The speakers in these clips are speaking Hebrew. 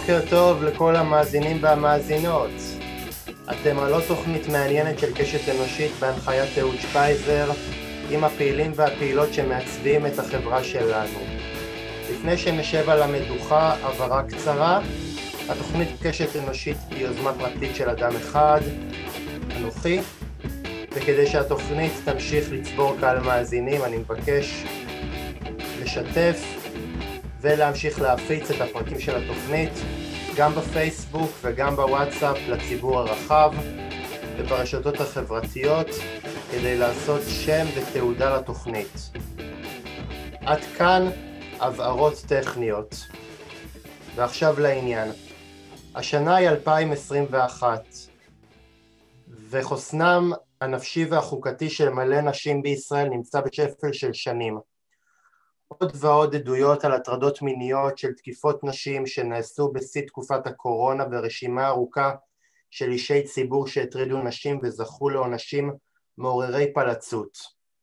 בוקר טוב לכל המאזינים והמאזינות. אתם על עוד תוכנית מעניינת של קשת אנושית בהנחיית אהוד שפייזר, עם הפעילים והפעילות שמעצבים את החברה שלנו. לפני שנשב על המדוכה, הבהרה קצרה. התוכנית קשת אנושית היא יוזמה פרטית של אדם אחד, אנוכי, וכדי שהתוכנית תמשיך לצבור קהל מאזינים, אני מבקש לשתף ולהמשיך להפיץ את הפרקים של התוכנית גם בפייסבוק וגם בוואטסאפ לציבור הרחב וברשתות החברתיות כדי לעשות שם ותעודה לתוכנית. עד כאן הבהרות טכניות. ועכשיו לעניין. השנה היא 2021 וחוסנם הנפשי והחוקתי של מלא נשים בישראל נמצא בשפל של שנים. עוד ועוד עדויות על הטרדות מיניות של תקיפות נשים שנעשו בשיא תקופת הקורונה ורשימה ארוכה של אישי ציבור שהטרידו נשים וזכו לעונשים מעוררי פלצות.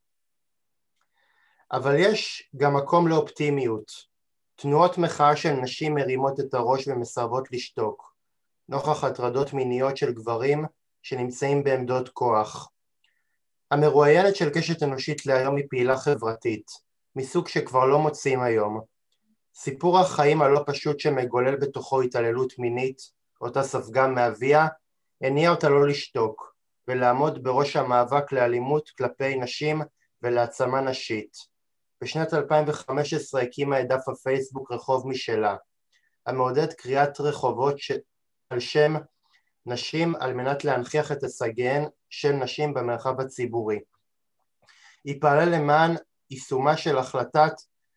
אבל יש גם מקום לאופטימיות. תנועות מחאה של נשים מרימות את הראש ומסרבות לשתוק, נוכח הטרדות מיניות של גברים שנמצאים בעמדות כוח. המרואיינת של קשת אנושית להיום היא פעילה חברתית, מסוג שכבר לא מוצאים היום. סיפור החיים הלא פשוט שמגולל בתוכו התעללות מינית, אותה ספגה מאביה, הניע אותה לא לשתוק, ולעמוד בראש המאבק לאלימות כלפי נשים ולהעצמה נשית. בשנת 2015 הקימה את דף הפייסבוק רחוב משלה, המעודד קריאת רחובות על שם נשים על מנת להנכיח את הישגיהן של נשים במרחב הציבורי. היא פעלה למען יישומה של החלטת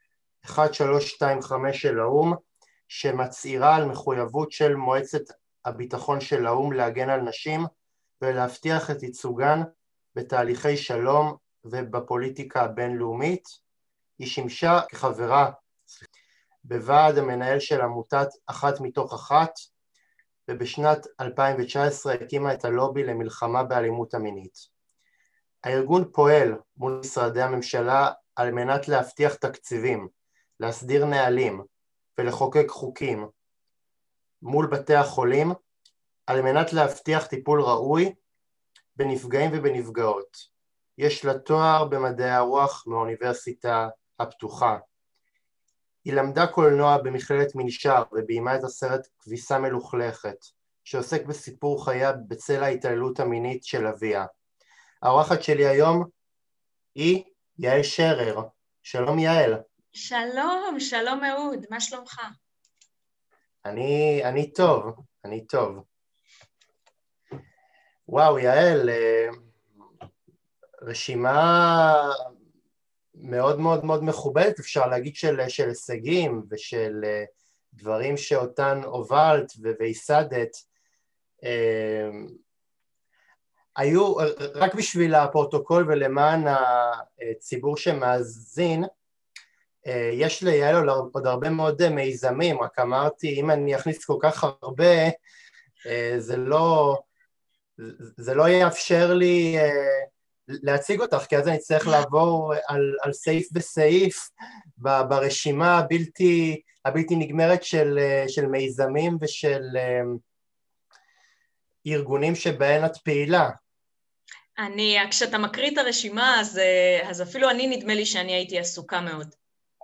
1325 של האו"ם, שמצהירה על מחויבות של מועצת הביטחון של האו"ם להגן על נשים ולהבטיח את ייצוגן בתהליכי שלום ובפוליטיקה הבינלאומית. היא שימשה כחברה בוועד המנהל של עמותת אחת מתוך אחת, ובשנת 2019 הקימה את הלובי למלחמה באלימות המינית. הארגון פועל מול משרדי הממשלה על מנת להבטיח תקציבים, להסדיר נהלים ולחוקק חוקים מול בתי החולים, על מנת להבטיח טיפול ראוי בנפגעים ובנפגעות. יש לה תואר במדעי הרוח מהאוניברסיטה הפתוחה. היא למדה קולנוע במכללת מנשר וביימה את הסרט כביסה מלוכלכת, שעוסק בסיפור חייה בצל ההתעללות המינית של אביה. האורחת שלי היום היא יעל שרר. שלום יעל. שלום, שלום אהוד, מה שלומך? אני טוב. וואו יעל, רשימה מאוד מאוד מאוד מכובדת, אפשר להגיד של הישגים ושל דברים שאותן הובלת וייסדת. היו, רק בשביל הפרוטוקול ולמען הציבור שמאזין, יש ליעל עוד הרבה מאוד מיזמים, רק אמרתי, אם אני אכניס כל כך הרבה, זה לא יאפשר לי להציג אותך, כי אז אני צריך לעבור על סעיף בסעיף ברשימה הבלתי נגמרת של מיזמים ושל ארגונים שבהן את פעילה. כשאתה מקריא את הרשימה, אז אפילו נדמה לי שאני הייתי עסוקה מאוד.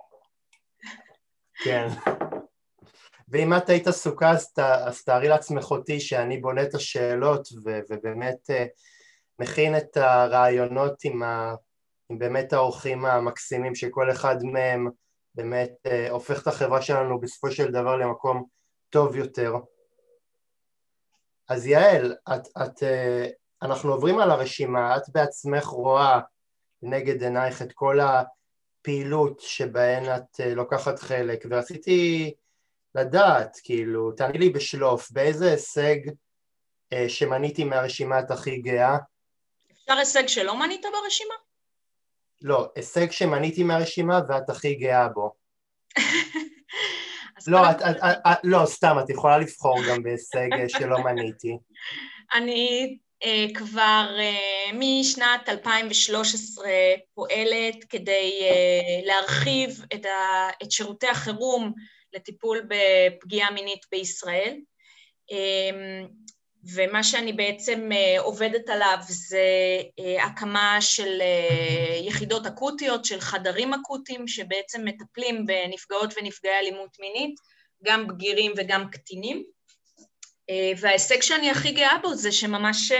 כן. ואם את היית עסוקה, אז תארי לעצמך אותי שאני בונה את השאלות, ובאמת מכין את הרעיונות עם באמת האורחים המקסימים, שכל אחד מהם באמת הופך את החברה שלנו בסופו של דבר למקום טוב יותר. אז יעל, אנחנו עוברים על הרשימה, את בעצמך רואה נגד עינייך את כל הפעילות שבהן את לוקחת חלק, ורציתי לדעת, כאילו, תעני לי בשלוף, באיזה הישג שמניתי מהרשימה את הכי גאה? אפשר הישג שלא מנית ברשימה? לא, הישג שמניתי מהרשימה ואת הכי גאה בו. לא, סתם, את יכולה לבחור גם בהישג שלא מניתי. אני כבר משנת 2013 פועלת כדי להרחיב את שירותי החירום לטיפול בפגיעה מינית בישראל, ומה שאני בעצם עובדת עליו זה הקמה של יחידות אקוטיות, של חדרים אקוטיים, שבעצם מטפלים בנפגעות ונפגעי אלימות מינית, גם בגירים וגם קטינים. וההישג שאני הכי גאה בו זה שממש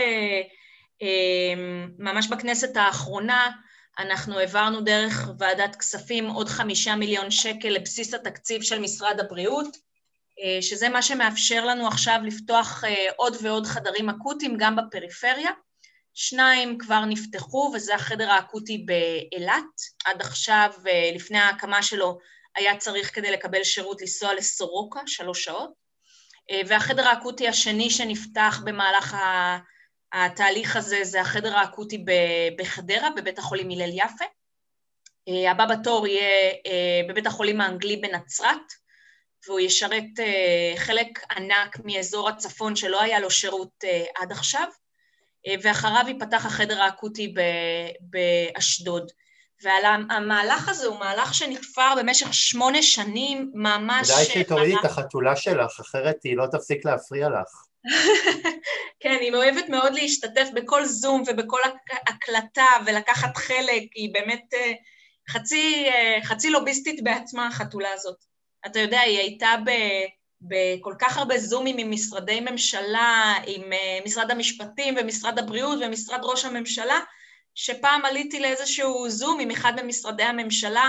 ממש בכנסת האחרונה אנחנו העברנו דרך ועדת כספים עוד 5 מיליון שקל לבסיס התקציב של משרד הבריאות, שזה מה שמאפשר לנו עכשיו לפתוח עוד ועוד חדרים אקוטיים גם בפריפריה. 2 כבר נפתחו, וזה החדר האקוטי באילת. עד עכשיו, לפני ההקמה שלו, היה צריך כדי לקבל שירות לנסוע לסורוקה 3 שעות. והחדר האקוטי השני שנפתח במהלך התהליך הזה, זה החדר האקוטי בחדרה, בבית החולים הלל יפה. הבא בתור יהיה בבית החולים האנגלי בנצרת, והוא ישרת חלק ענק מאזור הצפון שלא היה לו שירות עד עכשיו, ואחריו ייפתח החדר האקוטי באשדוד. והמהלך הזה הוא מהלך שנתפר במשך 8 שנים, ממש... כדאי שתורידי את החתולה שלך, אחרת היא לא תפסיק להפריע לך. כן, היא אוהבת מאוד להשתתף בכל זום ובכל הקלטה ולקחת חלק, היא באמת חצי לוביסטית בעצמה, החתולה הזאת. אתה יודע, היא הייתה בכל כך הרבה זומים עם משרדי ממשלה, עם משרד המשפטים ומשרד הבריאות ומשרד ראש הממשלה, שפעם עליתי לאיזשהו זום עם אחד ממשרדי הממשלה,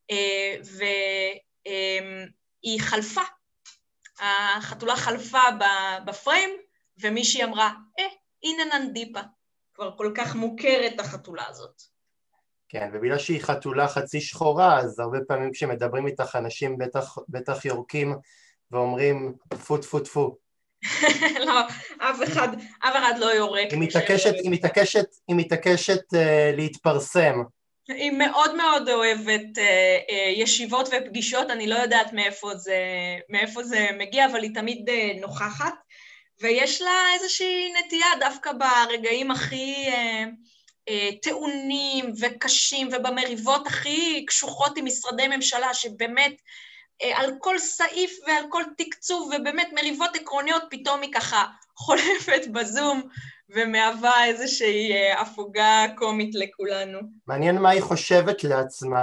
והיא חלפה. החתולה חלפה בפריים, ומישהי אמרה, הנה ננדיפה. כבר כל כך מוכרת החתולה הזאת. כן, ובגלל שהיא חתולה חצי שחורה, אז הרבה פעמים כשמדברים איתך אנשים בטח יורקים ואומרים, טפו טפו טפו. לא, אף אחד לא יורק. היא מתעקשת להתפרסם. היא מאוד מאוד אוהבת ישיבות ופגישות, אני לא יודעת מאיפה זה מגיע, אבל היא תמיד נוכחת, ויש לה איזושהי נטייה דווקא ברגעים הכי טעונים וקשים, ובמריבות הכי קשוחות עם משרדי ממשלה, שבאמת על כל סעיף ועל כל תקצוב, ובאמת מריבות עקרוניות, פתאום היא ככה חולפת בזום, ומהווה איזושהי הפוגה קומית לכולנו. מעניין מה היא חושבת לעצמה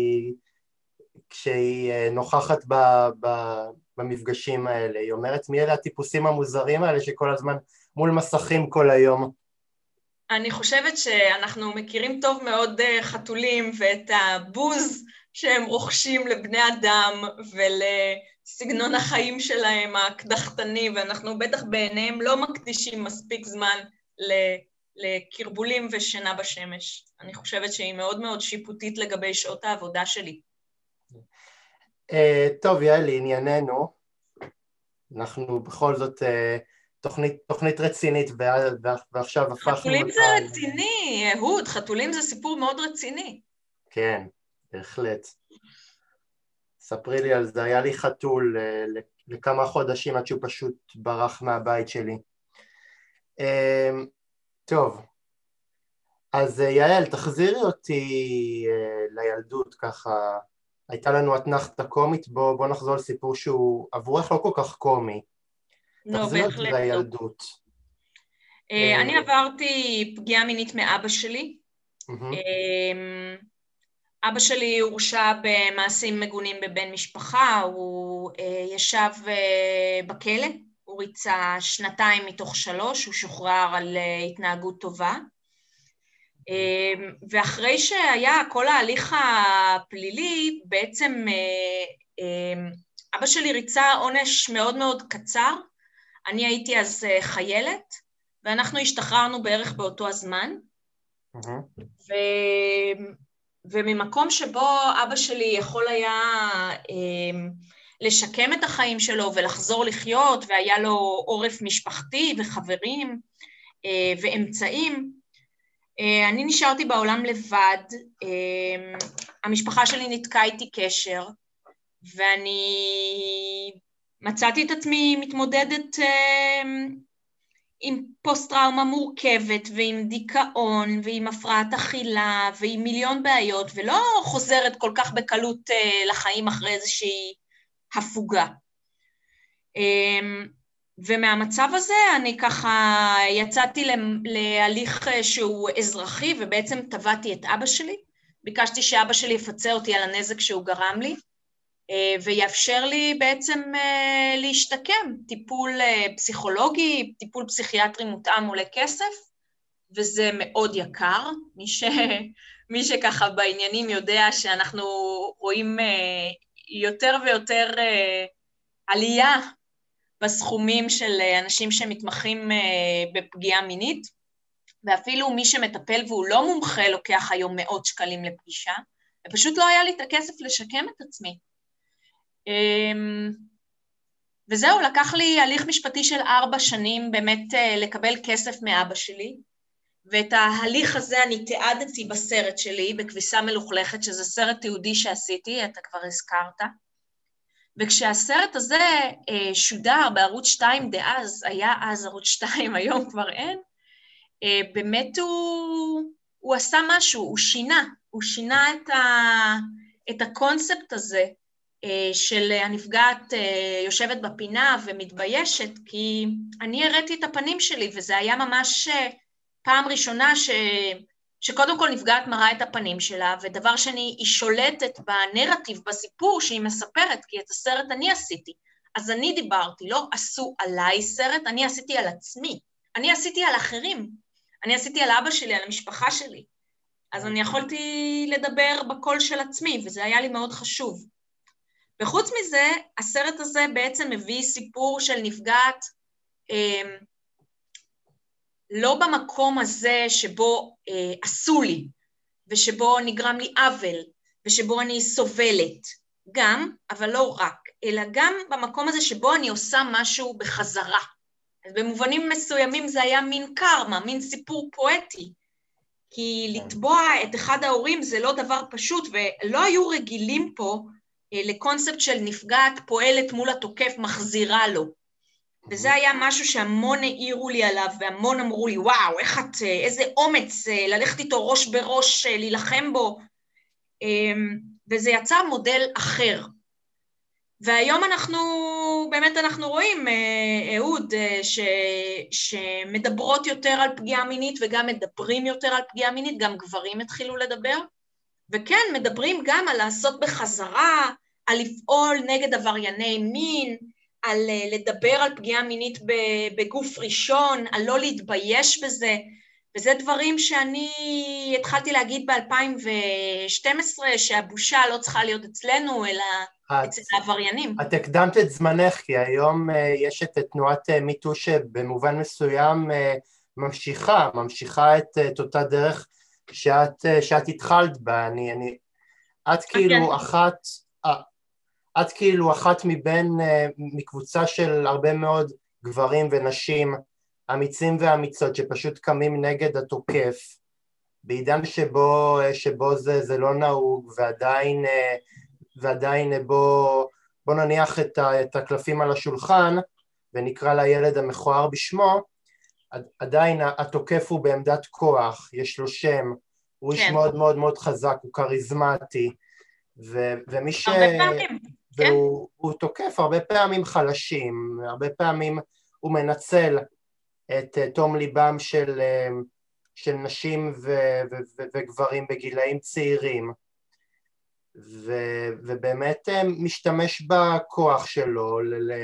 כשהיא נוכחת במפגשים האלה. היא אומרת, מי אלה הטיפוסים המוזרים האלה שכל הזמן מול מסכים כל היום? אני חושבת שאנחנו מכירים טוב מאוד חתולים ואת הבוז שהם רוכשים לבני אדם ולסגנון החיים שלהם הקדחתני, ואנחנו בטח בעיניהם לא מקדישים מספיק זמן לקרבולים ושינה בשמש. אני חושבת שהיא מאוד מאוד שיפוטית לגבי שעות העבודה שלי. טוב, יאלי, ענייננו. אנחנו בכל זאת תוכנית רצינית, ועכשיו הפכנו... חתולים זה רציני, אהוד, חתולים זה סיפור מאוד רציני. כן, בהחלט. ספרי לי על זה, היה לי חתול לכמה חודשים עד שהוא פשוט ברח מהבית שלי. טוב, אז יעל, תחזירי אותי לילדות ככה, הייתה לנו אתנחתא קומית, בוא נחזור על סיפור שהוא עבורך לא כל כך קומי. תחזירי אותי לילדות. אני עברתי פגיעה מינית מאבא שלי. אבא שלי הורשע במעשים מגונים בבן משפחה, הוא ישב בכלא, הוא ריצה 2 מתוך 3, הוא שוחרר על התנהגות טובה, ואחרי שהיה כל ההליך הפלילי, בעצם אבא שלי ריצה עונש מאוד מאוד קצר, אני הייתי אז חיילת, ואנחנו השתחררנו בערך באותו הזמן, וממקום שבו אבא שלי יכול היה לשקם את החיים שלו ולחזור לחיות, והיה לו עורף משפחתי וחברים ואמצעים, אני נשארתי בעולם לבד, המשפחה שלי נתקעה איתי קשר, ואני מצאתי את עצמי מתמודדת עם פוסט-טראומה מורכבת, ועם דיכאון, ועם הפרעת אכילה, ועם מיליון בעיות, ולא חוזרת כל כך בקלות לחיים אחרי איזושהי הפוגה. ומהמצב הזה אני ככה יצאתי להליך שהוא אזרחי, ובעצם טבעתי את אבא שלי, ביקשתי שאבא שלי יפצה אותי על הנזק שהוא גרם לי, ויאפשר לי בעצם להשתקם, טיפול פסיכולוגי, טיפול פסיכיאטרי מותאם עולה כסף, וזה מאוד יקר, מי שככה בעניינים יודע שאנחנו רואים יותר ויותר עלייה בסכומים של אנשים שמתמחים בפגיעה מינית, ואפילו מי שמטפל והוא לא מומחה לוקח היום מאות שקלים לפגישה, ופשוט לא היה לי את הכסף לשקם את עצמי. וזהו, לקח לי הליך משפטי של 4 שנים באמת לקבל כסף מאבא שלי, ואת ההליך הזה אני תיעדתי בסרט שלי, בכביסה מלוכלכת, שזה סרט תיעודי שעשיתי, אתה כבר הזכרת. וכשהסרט הזה שודר בערוץ 2 דאז, היה אז ערוץ 2, היום כבר אין, באמת הוא עשה משהו, הוא שינה את הקונספט הזה, של הנפגעת יושבת בפינה ומתביישת, כי אני הראיתי את הפנים שלי, וזה היה ממש פעם ראשונה שקודם כל נפגעת מראה את הפנים שלה, ודבר שני, היא שולטת בנרטיב, בסיפור שהיא מספרת, כי את הסרט אני עשיתי. אז אני דיברתי, לא עשו עליי סרט, אני עשיתי על עצמי, אני עשיתי על אחרים, אני עשיתי על אבא שלי, על המשפחה שלי. אז אני יכולתי לדבר בקול של עצמי, וזה היה לי מאוד חשוב. וחוץ מזה, הסרט הזה בעצם מביא סיפור של נפגעת, לא במקום הזה שבו עשו לי, ושבו נגרם לי עוול, ושבו אני סובלת, גם, אבל לא רק, אלא גם במקום הזה שבו אני עושה משהו בחזרה. אז במובנים מסוימים זה היה מין קרמה, מין סיפור פואטי, כי לתבוע את אחד ההורים זה לא דבר פשוט, ולא היו רגילים פה לקונספט של נפגעת פועלת מול התוקף מחזירה לו. וזה היה משהו שהמון העירו לי עליו, והמון אמרו לי, וואו, איזה אומץ ללכת איתו ראש בראש, להילחם בו, וזה יצר מודל אחר. והיום אנחנו רואים, אהוד, שמדברות יותר על פגיעה מינית, וגם מדברים יותר על פגיעה מינית, גם גברים התחילו לדבר, וכן, מדברים גם על לעשות בחזרה, על לפעול נגד עברייני מין, על לדבר על פגיעה מינית בגוף ראשון, על לא להתבייש בזה, וזה דברים שאני התחלתי להגיד ב-2012, שהבושה לא צריכה להיות אצלנו, אלא אצל העבריינים. את הקדמת את זמנך, כי היום יש את תנועת מיטו שבמובן מסוים ממשיכה את אותה דרך שאת התחלת בה. את כאילו אחת מקבוצה של הרבה מאוד גברים ונשים אמיצים ואמיצות שפשוט קמים נגד התוקף, בעידן שבו זה לא נהוג, ועדיין בוא נניח את הקלפים על השולחן ונקרא לילד המכוער בשמו, עדיין התוקף הוא בעמדת כוח, יש לו שם, הוא איש מאוד מאוד מאוד חזק, הוא כריזמטי, ומי והוא תוקף הרבה פעמים חלשים, הרבה פעמים הוא מנצל את תום ליבם של נשים וגברים בגילאים צעירים, ובאמת משתמש בכוח שלו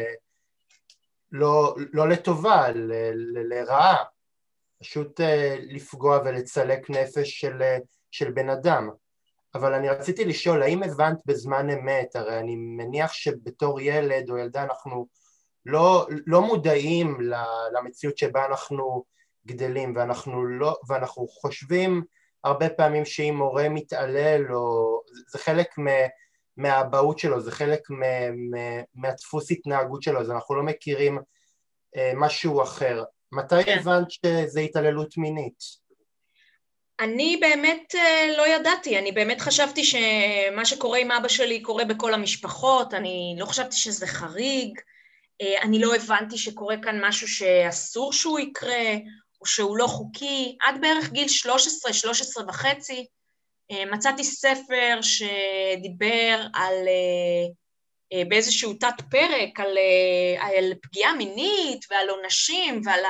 לא לטובה, לרעה, פשוט לפגוע ולצלק נפש של בן אדם. אבל אני רציתי לשאול, האם הבנת בזמן אמת? הרי אני מניח שבתור ילד או ילדה אנחנו לא מודעים למציאות שבה אנחנו גדלים, ואנחנו חושבים הרבה פעמים שאם מורה מתעלל, זה חלק מהאבהות שלו, זה חלק מהדפוס התנהגות שלו, אז אנחנו לא מכירים משהו אחר. מתי הבנת שזה התעללות מינית? אני באמת לא ידעתי, אני באמת חשבתי שמה שקורה עם אבא שלי קורה בכל המשפחות, אני לא חשבתי שזה חריג, אני לא הבנתי שקורה כאן משהו שאסור שהוא יקרה, או שהוא לא חוקי. עד בערך גיל 13 וחצי, מצאתי ספר שדיבר על באיזשהו תת פרק על פגיעה מינית ועל עונשים ועל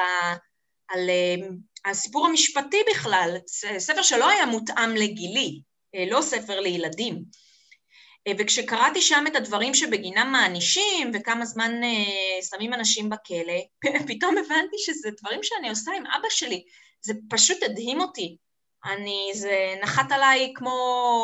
הסיפור המשפטי בכלל, ספר שלא היה מותאם לגילי, לא ספר לילדים. וכשקראתי שם את הדברים שבגינם מענישים וכמה זמן שמים אנשים בכלא, פתאום הבנתי שזה דברים שאני עושה עם אבא שלי, זה פשוט הדהים אותי. זה נחת עליי כמו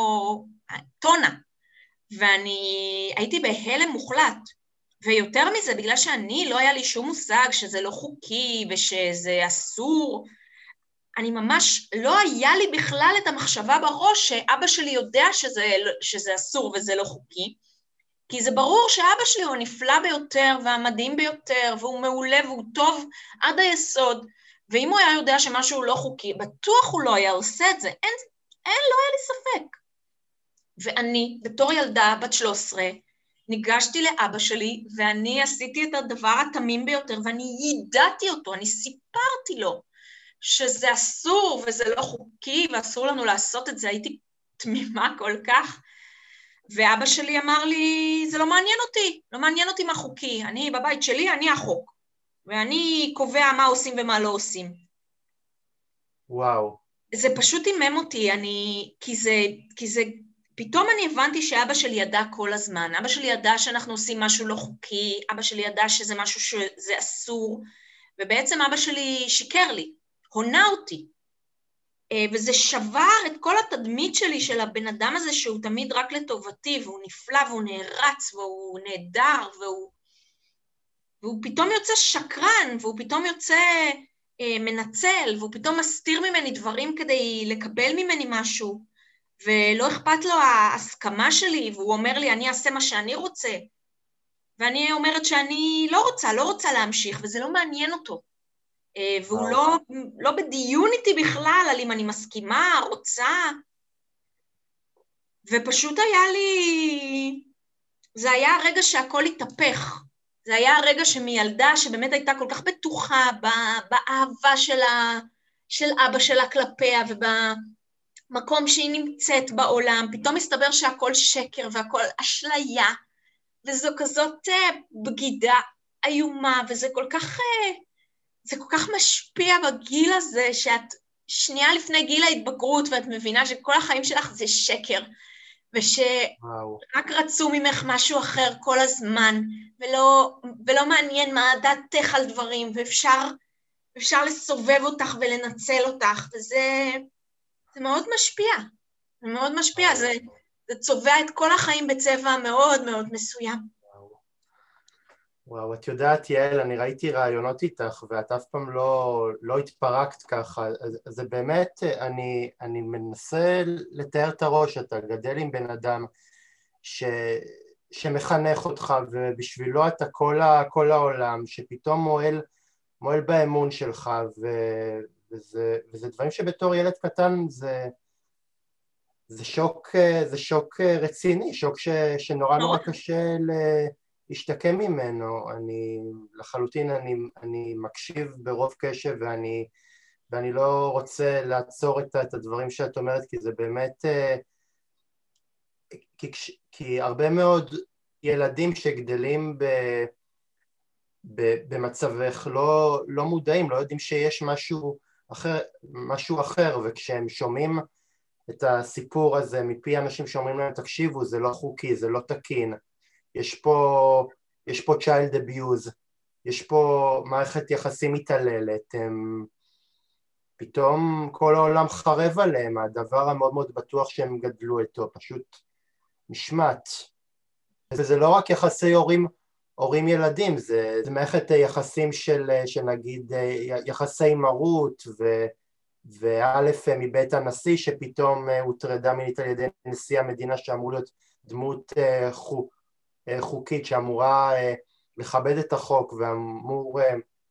טונה, ואני הייתי בהלם מוחלט. ויותר מזה, בגלל שאני לא היה לי שום מושג שזה לא חוקי ושזה אסור, אני ממש, לא היה לי בכלל את המחשבה בראש שאבא שלי יודע שזה אסור וזה לא חוקי, כי זה ברור שאבא שלי הוא הנפלא ביותר והמדהים ביותר, והוא מעולה והוא טוב עד היסוד, ואם הוא היה יודע שמשהו לא חוקי, בטוח הוא לא היה עושה את זה, לא היה לי ספק. ואני, בתור ילדה בת 13, ניגשתי לאבא שלי, ואני עשיתי את הדבר התמים ביותר, ואני ידעתי אותו, אני סיפרתי לו, שזה אסור וזה לא חוקי, ואסור לנו לעשות את זה, הייתי תמימה כל כך, ואבא שלי אמר לי, זה לא מעניין אותי, לא מעניין אותי מה חוקי, אני בבית שלי, אני החוק, ואני קובע מה עושים ומה לא עושים. וואו. זה פשוט אימם אותי, כי זה, פתאום אני הבנתי שאבא שלי ידע כל הזמן, אבא שלי ידע שאנחנו עושים משהו לא חוקי, אבא שלי ידע שזה משהו שזה אסור, ובעצם אבא שלי שיקר לי, הונה אותי, וזה שבר את כל התדמית שלי של הבן אדם הזה שהוא תמיד רק לטובתי, והוא נפלא והוא נערץ והוא נהדר, והוא פתאום יוצא שקרן, והוא פתאום יוצא מנצל, והוא פתאום מסתיר ממני דברים כדי לקבל ממני משהו, ולא אכפת לו ההסכמה שלי, והוא אומר לי, אני אעשה מה שאני רוצה, ואני אומרת שאני לא רוצה להמשיך, וזה לא מעניין אותו. והוא לא בדיון איתי בכלל על אם אני מסכימה, רוצה, ופשוט היה לי, זה היה הרגע שהכל התהפך, זה היה הרגע שמילדה שבאמת הייתה כל כך בטוחה באהבה של אבא שלה כלפיה, ובמקום שהיא נמצאת בעולם, פתאום מסתבר שהכל שקר והכל אשליה, וזו כזאת בגידה איומה, וזה כל כך משפיע בגיל הזה, שאת שנייה לפני גיל ההתבגרות, ואת מבינה שכל החיים שלך זה שקר, ושרק רצו ממך משהו אחר כל הזמן, ולא מעניין מה דעתך על דברים, ואפשר לסובב אותך ולנצל אותך, וזה מאוד משפיע, זה מאוד משפיע, זה צובע את כל החיים בצבע מאוד מאוד מסוים. וואו, את יודעת, יעל, אני ראיתי רעיונות איתך, ואת אף פעם לא התפרקת ככה, אז זה באמת, אני מנסה לתאר את הראש, אתה גדל עם בן אדם שמחנך אותך, ובשבילו אתה כל העולם, שפתאום מועל באמון שלך, וזה דברים שבתור ילד קטן זה שוק רציני, שוק שנורא נורא קשה להשתקם ממנו. לחלוטין אני מקשיב ברוב קשב, ואני לא רוצה לעצור את הדברים שאת אומרת, כי זה באמת, כי הרבה מאוד ילדים שגדלים במצבך לא מודעים, לא יודעים שיש משהו אחר, וכשהם שומעים את הסיפור הזה מפי אנשים שאומרים להם, תקשיבו, זה לא חוקי, זה לא תקין, יש פה child abuse, יש פה מערכת יחסים מתעללת, פתאום כל העולם חרב עליהם, הדבר המאוד מאוד בטוח שהם גדלו איתו, פשוט נשמט. וזה לא רק יחסי הורים ילדים, זה מערכת יחסים של נגיד יחסי מרות, וא' מבית הנשיא שפתאום הוטרדה מינית על ידי נשיא המדינה שאמור להיות דמות חוקית, שאמורה לכבד את החוק ואמור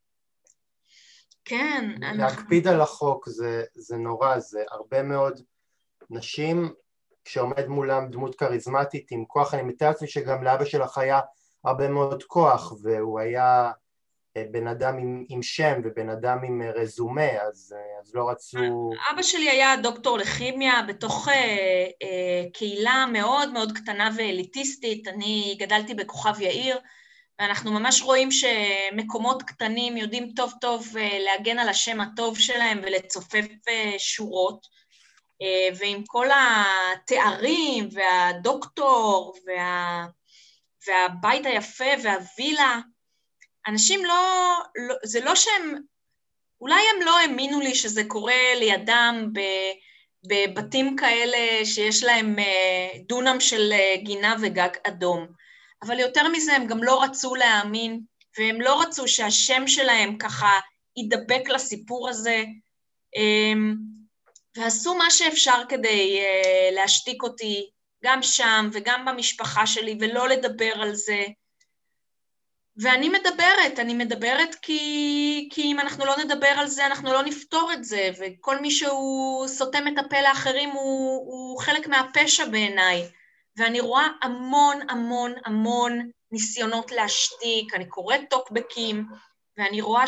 להקפיד על החוק, זה נורא, זה הרבה מאוד נשים כשעומד מולם דמות כריזמטית עם כוח, אני מתאר לעצמי שגם לאבא שלך היה הרבה מאוד כוח, והוא היה בן אדם עם שם ובן אדם עם רזומה, אז לא רצו... אבא שלי היה דוקטור לכימיה בתוך קהילה מאוד מאוד קטנה ואליטיסטית. אני גדלתי בכוכב יאיר, ואנחנו ממש רואים שמקומות קטנים יודעים טוב טוב להגן על השם הטוב שלהם ולצופף שורות, ועם כל התארים והדוקטור והבית היפה והווילה, אנשים זה לא שהם, אולי הם לא האמינו לי שזה קורה לידם בבתים כאלה שיש להם דונם של גינה וגג אדום, אבל יותר מזה הם גם לא רצו להאמין, והם לא רצו שהשם שלהם ככה ידבק לסיפור הזה, ועשו מה שאפשר כדי להשתיק אותי, גם שם וגם במשפחה שלי, ולא לדבר על זה. ואני מדברת כי אם אנחנו לא נדבר על זה, אנחנו לא נפתור את זה, וכל מי שהוא סותם את הפה לאחרים הוא חלק מהפשע בעיניי. ואני רואה המון המון המון ניסיונות להשתיק, אני קוראת טוקבקים, ואני רואה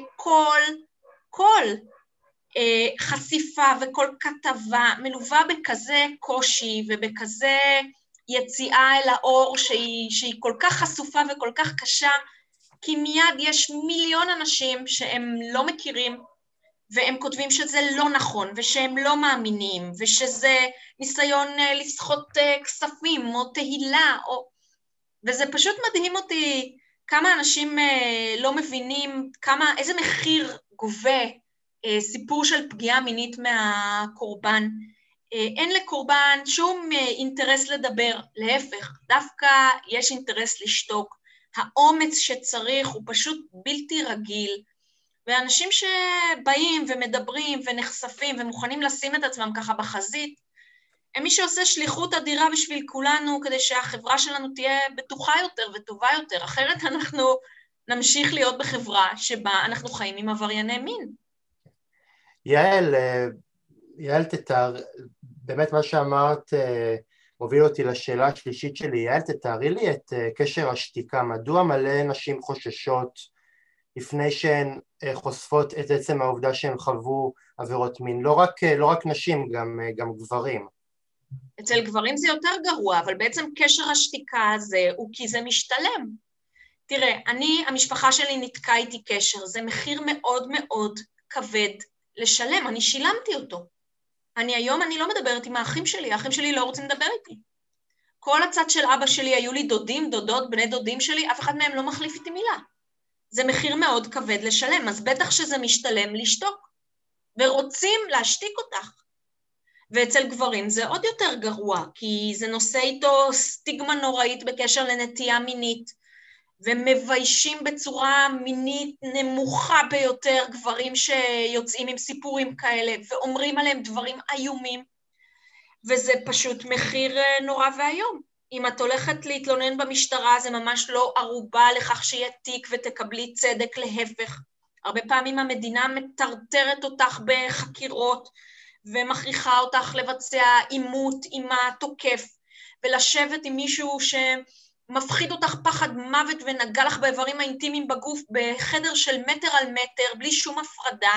כל חשיפה וכל כתבה מלווה בכזה קושי ובכזה יציאה אל האור שהיא כל כך חשופה וכל כך קשה, כי מיד יש מיליון אנשים שהם לא מכירים, והם כותבים שזה לא נכון, ושהם לא מאמינים, ושזה ניסיון לסחוט כספים, או תהילה, וזה פשוט מדהים אותי כמה אנשים לא מבינים, איזה מחיר גובה סיפור של פגיעה מינית מהקורבן. אין לקורבן שום אינטרס לדבר, להפך, דווקא יש אינטרס לשתוק. האומץ שצריך הוא פשוט בלתי רגיל, ואנשים שבאים ומדברים ונחשפים ומוכנים לשים את עצמם ככה בחזית, הם מי שעושה שליחות אדירה בשביל כולנו, כדי שהחברה שלנו תהיה בטוחה יותר וטובה יותר, אחרת אנחנו נמשיך להיות בחברה שבה אנחנו חיים עם עברייני מין. יעל, באמת מה שאמרת מוביל אותי לשאלה השלישית שלי. יעל, תתארי לי את קשר השתיקה, מדוע מלא נשים חוששות לפני שהן חושפות את עצם העובדה שהן חוו עבירות מין, לא רק נשים, גם גברים. אצל גברים זה יותר גרוע, אבל בעצם קשר השתיקה הזה הוא כי זה משתלם. תראה, המשפחה שלי נתקעה איתי קשר, זה מחיר מאוד מאוד כבד לשלם, אני שילמתי אותו. היום אני לא מדברת עם האחים שלי לא רוצים לדבר איתי. כל הצד של אבא שלי היו לי דודים, דודות, בני דודים שלי, אף אחד מהם לא מחליף איתי מילה. זה מחיר מאוד כבד לשלם, אז בטח שזה משתלם לשתוק, ורוצים להשתיק אותך. ואצל גברים זה עוד יותר גרוע, כי זה נושא איתו סטיגמה נוראית בקשר לנטייה מינית, ומביישים בצורה מינית נמוכה ביותר גברים שיוצאים עם סיפורים כאלה, ואומרים עליהם דברים איומים, וזה פשוט מחיר נורא והיום. אם את הולכת להתלונן במשטרה, זה ממש לא ערובה לכך שיהיה תיק ותקבלי צדק, להפך. הרבה פעמים המדינה מטרטרת אותך בחקירות, ומכריחה אותך לבצע אימות עם התוקף, ולשבת עם מישהו שמפחיד אותך פחד מוות ונגע לך באיברים האינטימיים בגוף, בחדר של מטר על מטר, בלי שום הפרדה,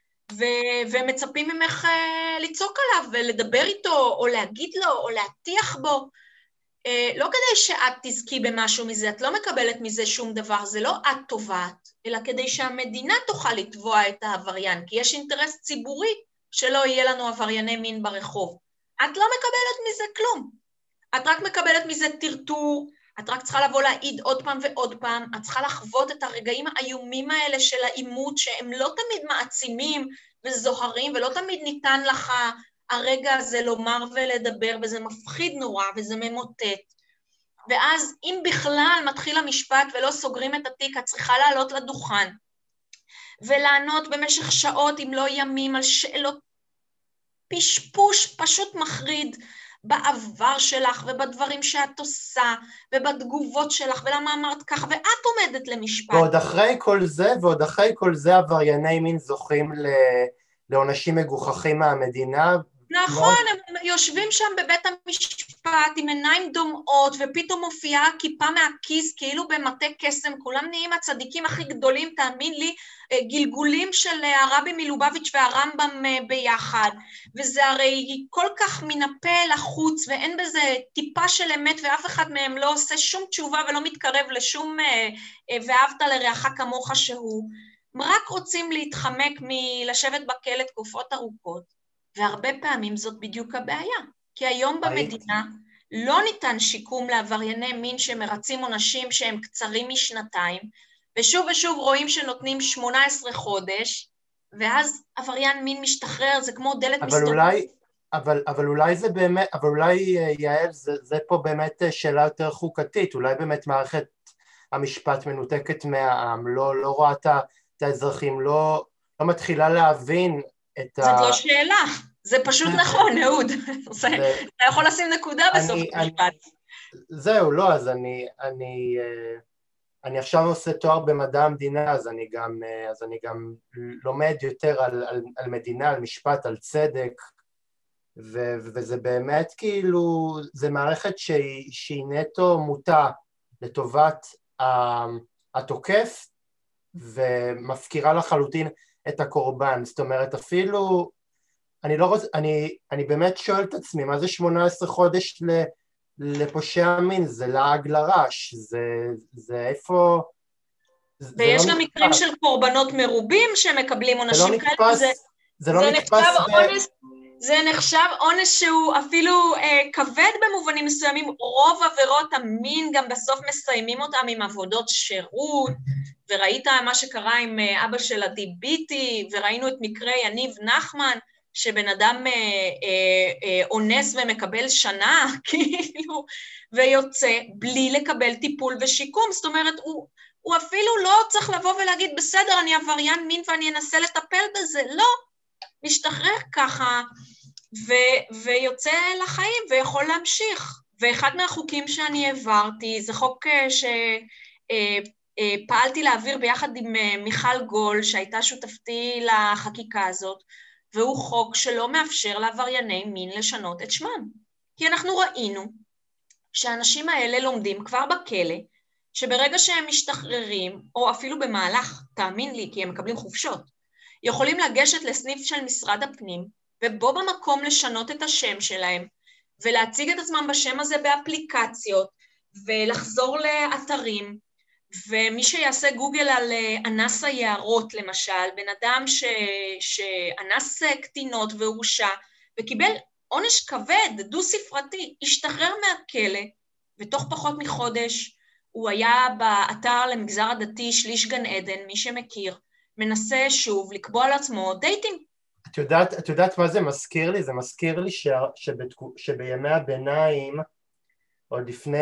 ומצפים ממך לצעוק עליו ולדבר איתו, או להגיד לו, או להטיח בו. לא כדי שאת תזכי במשהו מזה, את לא מקבלת מזה שום דבר, זה לא את טובעת, אלא כדי שהמדינה תוכל לתבוע את העבריין, כי יש אינטרס ציבורי שלא יהיה לנו עברייני מין ברחוב. את לא מקבלת מזה כלום. את רק מקבלת מזה טרטור, את רק צריכה לבוא להעיד עוד פעם ועוד פעם, את צריכה לחוות את הרגעים האיומים האלה של האימות, שהם לא תמיד מעצימים וזוהרים, ולא תמיד ניתן לך הרגע הזה לומר ולדבר, וזה מפחיד נורא וזה ממוטט. ואז אם בכלל מתחיל המשפט ולא סוגרים את התיק, את צריכה לעלות לדוכן, ולענות במשך שעות אם לא ימים על שאלות פשפוש פשוט מחריד בעבר שלך ובדברים שאת עושה ובתגובות שלך ולמה אמרת כך, ואת עומדת למשפט. ועוד אחרי כל זה עברייני מין זוכים לעונשים מגוחכים מהמדינה, נכון, הם יושבים שם בבית המשפט עם עיניים דומעות, ופתאום מופיעה כיפה מהכיס, כאילו במטה קסם, כולם נהיים הצדיקים הכי גדולים, תאמין לי, גלגולים של הרבי מלובביץ' והרמב"ם ביחד, וזה הרי כל כך מן הפה לחוץ, ואין בזה טיפה של אמת, ואף אחד מהם לא עושה שום תשובה ולא מתקרב לשום ואהבת לרעך כמוך שהוא, רק רוצים להתחמק מלשבת בכלא תקופות ארוכות, והרבה פעמים זאת בדיוק הבעיה, כי היום במדינה לא ניתן שיקום לעברייני מין שמרצים עונשים שהם קצרים משנתיים, ושוב ושוב רואים שנותנים 18 חודש, ואז עבריין מין משתחרר, זה כמו דלת מסתובבת. אבל אולי זה באמת, אבל אולי יעל, זה פה באמת שאלה יותר חוקתית, אולי באמת מערכת המשפט מנותקת מהעם, לא רואה את האזרחים, לא מתחילה להבין את זאת לא שאלה, זה פשוט נכון, אהוד. אתה יכול לשים נקודה בסוף המשפט. זהו, לא, אז אני עכשיו עושה תואר במדע המדינה, אז אני גם לומד יותר על מדינה, על משפט, על צדק, וזה באמת כאילו, זה מערכת שהיא נטו מוטה לטובת התוקף, ומפקירה לחלוטין את הקורבן. זאת אומרת, אפילו, אני באמת שואל את עצמי, מה זה 18 חודש לפושע מין? זה לעג לרש, זה איפה... ויש גם מקרים של קורבנות מרובים שמקבלים עונשים כאלה, זה לא נתפס זה נחשב עונש שהוא אפילו כבד במובנים מסוימים, רוב עבירות המין גם בסוף מסיימים אותם עם עבודות שירות, וראית מה שקרה עם אבא של עדי ביטי, וראינו את מקרה יניב נחמן, שבן אדם אונס ומקבל שנה, כאילו, ויוצא בלי לקבל טיפול ושיקום, זאת אומרת, הוא אפילו לא צריך לבוא ולהגיד, בסדר, אני עבריין מין ואני אנסה לטפל בזה, לא, משתחרר ככה, ויוצא לחיים ויכול להמשיך. ואחד מהחוקים שאני העברתי, זה חוק שפעלתי להעביר ביחד עם מיכל גול, שהייתה שותפתי לחקיקה הזאת, והוא חוק שלא מאפשר לעברייני מין לשנות את שמם. כי אנחנו ראינו שהאנשים האלה לומדים כבר בכלא, שברגע שהם משתחררים, או אפילו במהלך, תאמין לי, כי הם מקבלים חופשות, יכולים לגשת לסניף של משרד הפנים, ובו במקום לשנות את השם שלהם, ולהציג את עצמם בשם הזה באפליקציות, ולחזור לאתרים, ומי שיעשה גוגל על אנס היערות למשל, בן אדם שאנס קטינות והורשע, וקיבל עונש כבד, דו ספרתי, השתחרר מהכלא, ותוך פחות מחודש הוא היה באתר למגזר הדתי שליש גן עדן, מי שמכיר, מנסה שוב לקבוע לעצמו דייטים. את יודעת מה זה מזכיר לי? זה מזכיר לי שבימי הביניים, עוד לפני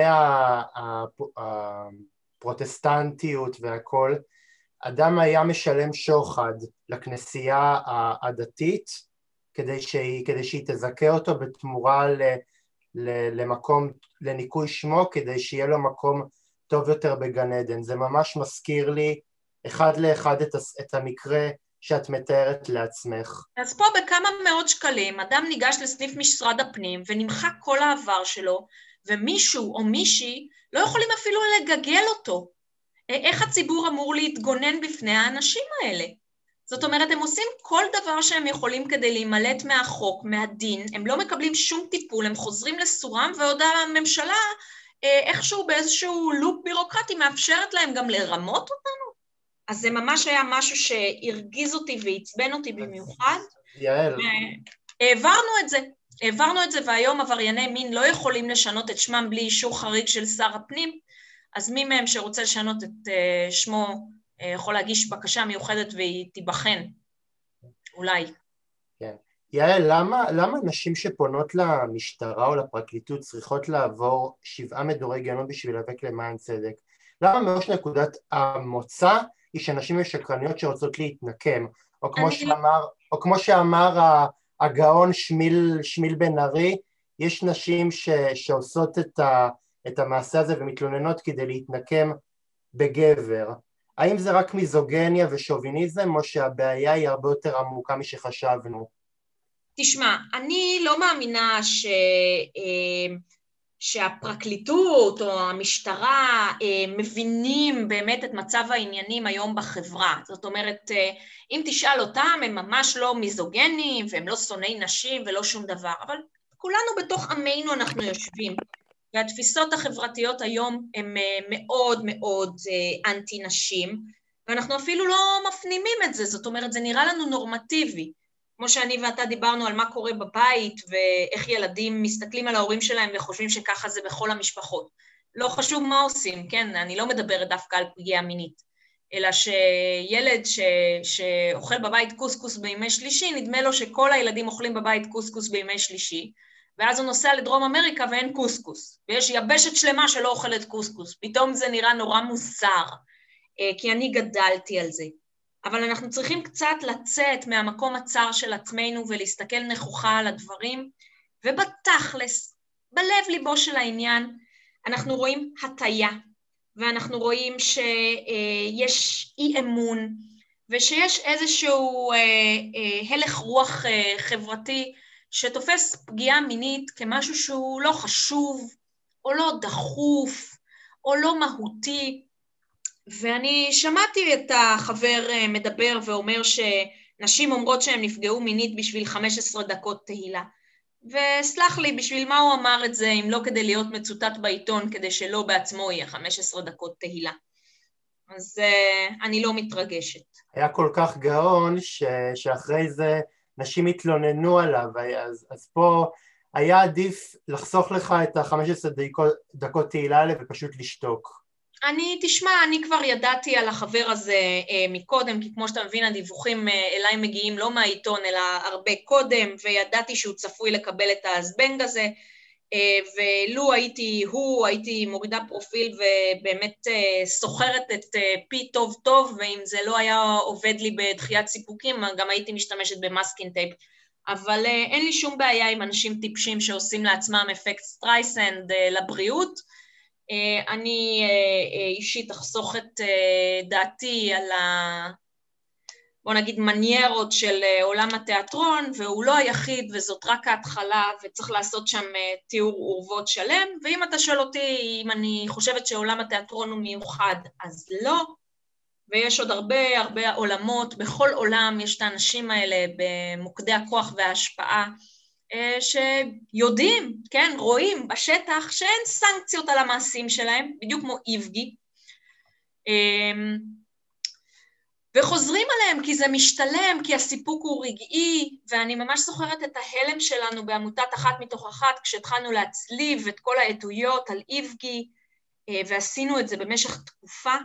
הפרוטסטנטיות והכל, אדם היה משלם שוחד לכנסייה הדתית, כדי שהיא תזכה אותו בתמורה למקום, לניקוי שמו, כדי שיהיה לו מקום טוב יותר בגן עדן. זה ממש מזכיר לי אחד לאחד את המקרה שאת מתארת לעצמך. אז פה בכמה מאות שקלים, אדם ניגש לסניף משרד הפנים, ונמחק כל העבר שלו, ומישהו או מישהי לא יכולים אפילו לגגל אותו. איך הציבור אמור להתגונן בפני האנשים האלה? זאת אומרת, הם עושים כל דבר שהם יכולים כדי להימלט מהחוק, מהדין, הם לא מקבלים שום טיפול, הם חוזרים לסורם, ועוד הממשלה איכשהו באיזשהו לופ בירוקרטי מאפשרת להם גם לרמות אותנו. אז זה ממש היה משהו שהרגיז אותי והצבן אותי במיוחד. יעל. העברנו את זה, והיום עברייני מין לא יכולים לשנות את שמם בלי אישור חריג של שר הפנים, אז מי מהם שרוצה לשנות את שמו יכול להגיש בקשה מיוחדת והיא תיבחן, אולי. כן. יעל, למה נשים שפונות למשטרה או לפרקליטות צריכות לעבור 7 מדורי גיהנום בשביל להיאבק למען צדק? למה מראש נקודת המוצא היא שנשים משקרניות שרוצות להתנקם, או כמו שאמר הגאון שמיל בן ארי, יש נשים שעושות את המעשה הזה ומתלוננות כדי להתנקם בגבר. האם זה רק מיזוגניה ושוביניזם, או שהבעיה היא הרבה יותר עמוקה משחשבנו? תשמע, אני לא מאמינה שהפרקליטות או המשטרה מבינים באמת את מצב העניינים היום בחברה. זאת אומרת, אם תשאל אותם, הם ממש לא מיזוגנים, והם לא שונאי נשים ולא שום דבר, אבל כולנו בתוך עמנו אנחנו יושבים, והתפיסות החברתיות היום הן מאוד מאוד אנטי נשים, ואנחנו אפילו לא מפנימים את זה, זאת אומרת, זה נראה לנו נורמטיבי. כמו שאני ואתה דיברנו על מה קורה בבית, ואיך ילדים מסתכלים על ההורים שלהם וחושבים שככה זה בכל המשפחות. לא חשוב מה עושים, כן? אני לא מדברת דווקא על פגיעה מינית, אלא שילד שאוכל בבית קוסקוס בימי שלישי, נדמה לו שכל הילדים אוכלים בבית קוסקוס בימי שלישי, ואז הוא נוסע לדרום אמריקה ואין קוסקוס, ויש יבשת שלמה שלא אוכלת קוסקוס. פתאום זה נראה נורא מוזר, כי אני גדלתי על זה. אבל אנחנו צריכים קצת לצאת מהמקום הצר של עצמנו ולהסתכל נכוחה על הדברים, ובתכלס, בלב ליבו של העניין, אנחנו רואים הטיה, ואנחנו רואים שיש אי אמון, ושיש איזשהו הלך רוח חברתי, שתופס פגיעה מינית כמשהו שהוא לא חשוב, או לא דחוף, או לא מהותי, ואני שמעתי את החבר מדבר ואומר שנשים אומרות שהן נפגעו מינית בשביל 15 דקות תהילה. וסלח לי, בשביל מה הוא אמר את זה, אם לא כדי להיות מצוטט בעיתון, כדי שלא בעצמו יהיה 15 דקות תהילה. אז אני לא מתרגשת. היה כל כך גאון שאחרי זה נשים התלוננו עליו, אז פה היה עדיף לחסוך לך את ה-15 דקות תהילה האלה ופשוט לשתוק. תשמע, אני כבר ידעתי על החבר הזה מקודם, כי כמו שאתה מבין, הדיווחים אליי מגיעים לא מהעיתון, אלא הרבה קודם, וידעתי שהוא צפוי לקבל את הזבנג הזה, ולו הייתי מורידה פרופיל ובאמת סוחרת את פי טוב טוב, ואם זה לא היה עובד לי בדחיית סיפוקים, גם הייתי משתמשת במאסקינג טייפ. אבל אין לי שום בעיה עם אנשים טיפשים שעושים לעצמם אפקט סטרייסנד לבריאות. אני אישית אחסוך את דעתי על בוא נגיד מניירות של עולם התיאטרון, והוא לא היחיד וזאת רק ההתחלה, וצריך לעשות שם תיאור אורוות שלם, ואם אתה שואל אותי אם אני חושבת שעולם התיאטרון הוא מיוחד, אז לא, ויש עוד הרבה עולמות, בכל עולם יש את האנשים האלה במוקדי הכוח וההשפעה, שיודעים, כן, רואים בשטח שאין סנקציות על המעשים שלהם, בדיוק כמו איבגי, וחוזרים עליהם כי זה משתלם, כי הסיפוק הוא רגעי, ואני ממש זוכרת את ההלם שלנו בעמותת אחת מתוך אחת, כשהתחלנו להצליב את כל העדויות על איבגי, ועשינו את זה במשך תקופה,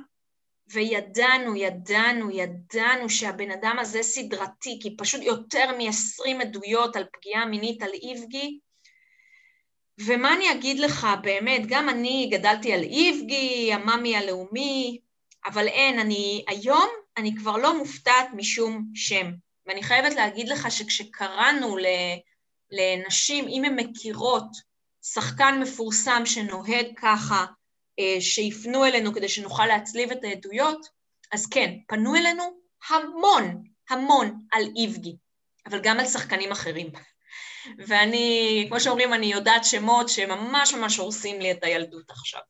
וידענו שהבן אדם הזה סדרתי, כי פשוט יותר מ-20 עדויות על פגיעה מינית על איבגי, ומה אני אגיד לך, באמת, גם אני גדלתי על איבגי, המאמי הלאומי, אבל היום אני כבר לא מופתעת משום שם, ואני חייבת להגיד לך שכשקראנו לנשים, אם הן מכירות שחקן מפורסם שנוהג ככה, שיפנו אלינו כדי שנוכל להצליב את העדויות, אז כן, פנו אלינו המון על איבגי, אבל גם על שחקנים אחרים. ואני, כמו שאומרים, אני יודעת שמות שממש הורסים לי את הילדות עכשיו.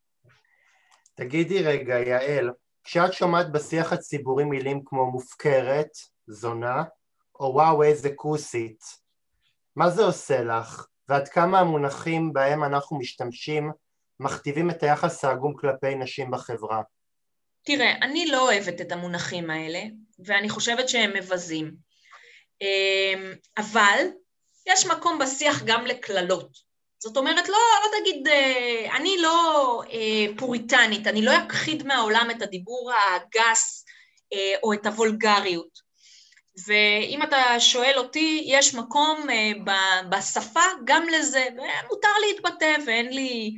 תגידי רגע, יעל, כשאת שומעת בשיח הציבורי מילים כמו מופקרת, זונה, או וואו איזה כוסית, מה זה עושה לך? ועד כמה המונחים בהם אנחנו משתמשים מכתיבים את היחס העגום כלפי נשים בחברה? תראה, אני לא אוהבת את המונחים האלה, ואני חושבת שהם מבזים. אבל יש מקום בשיח גם לכללות. זאת אומרת, לא תגיד, אני לא פוריטנית, אני לא אכחיד מהעולם את הדיבור הגס או את הוולגריות. ואם אתה שואל אותי, יש מקום בשפה גם לזה, ומותר להתבטא, ואין לי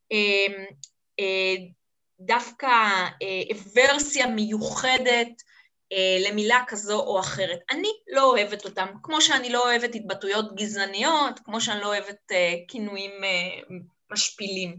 דווקא ורסיה מיוחדת למילה כזו או אחרת. אני לא אוהבת אותם, כמו שאני לא אוהבת התבטאויות גזעניות, כמו שאני לא אוהבת כינויים משפילים.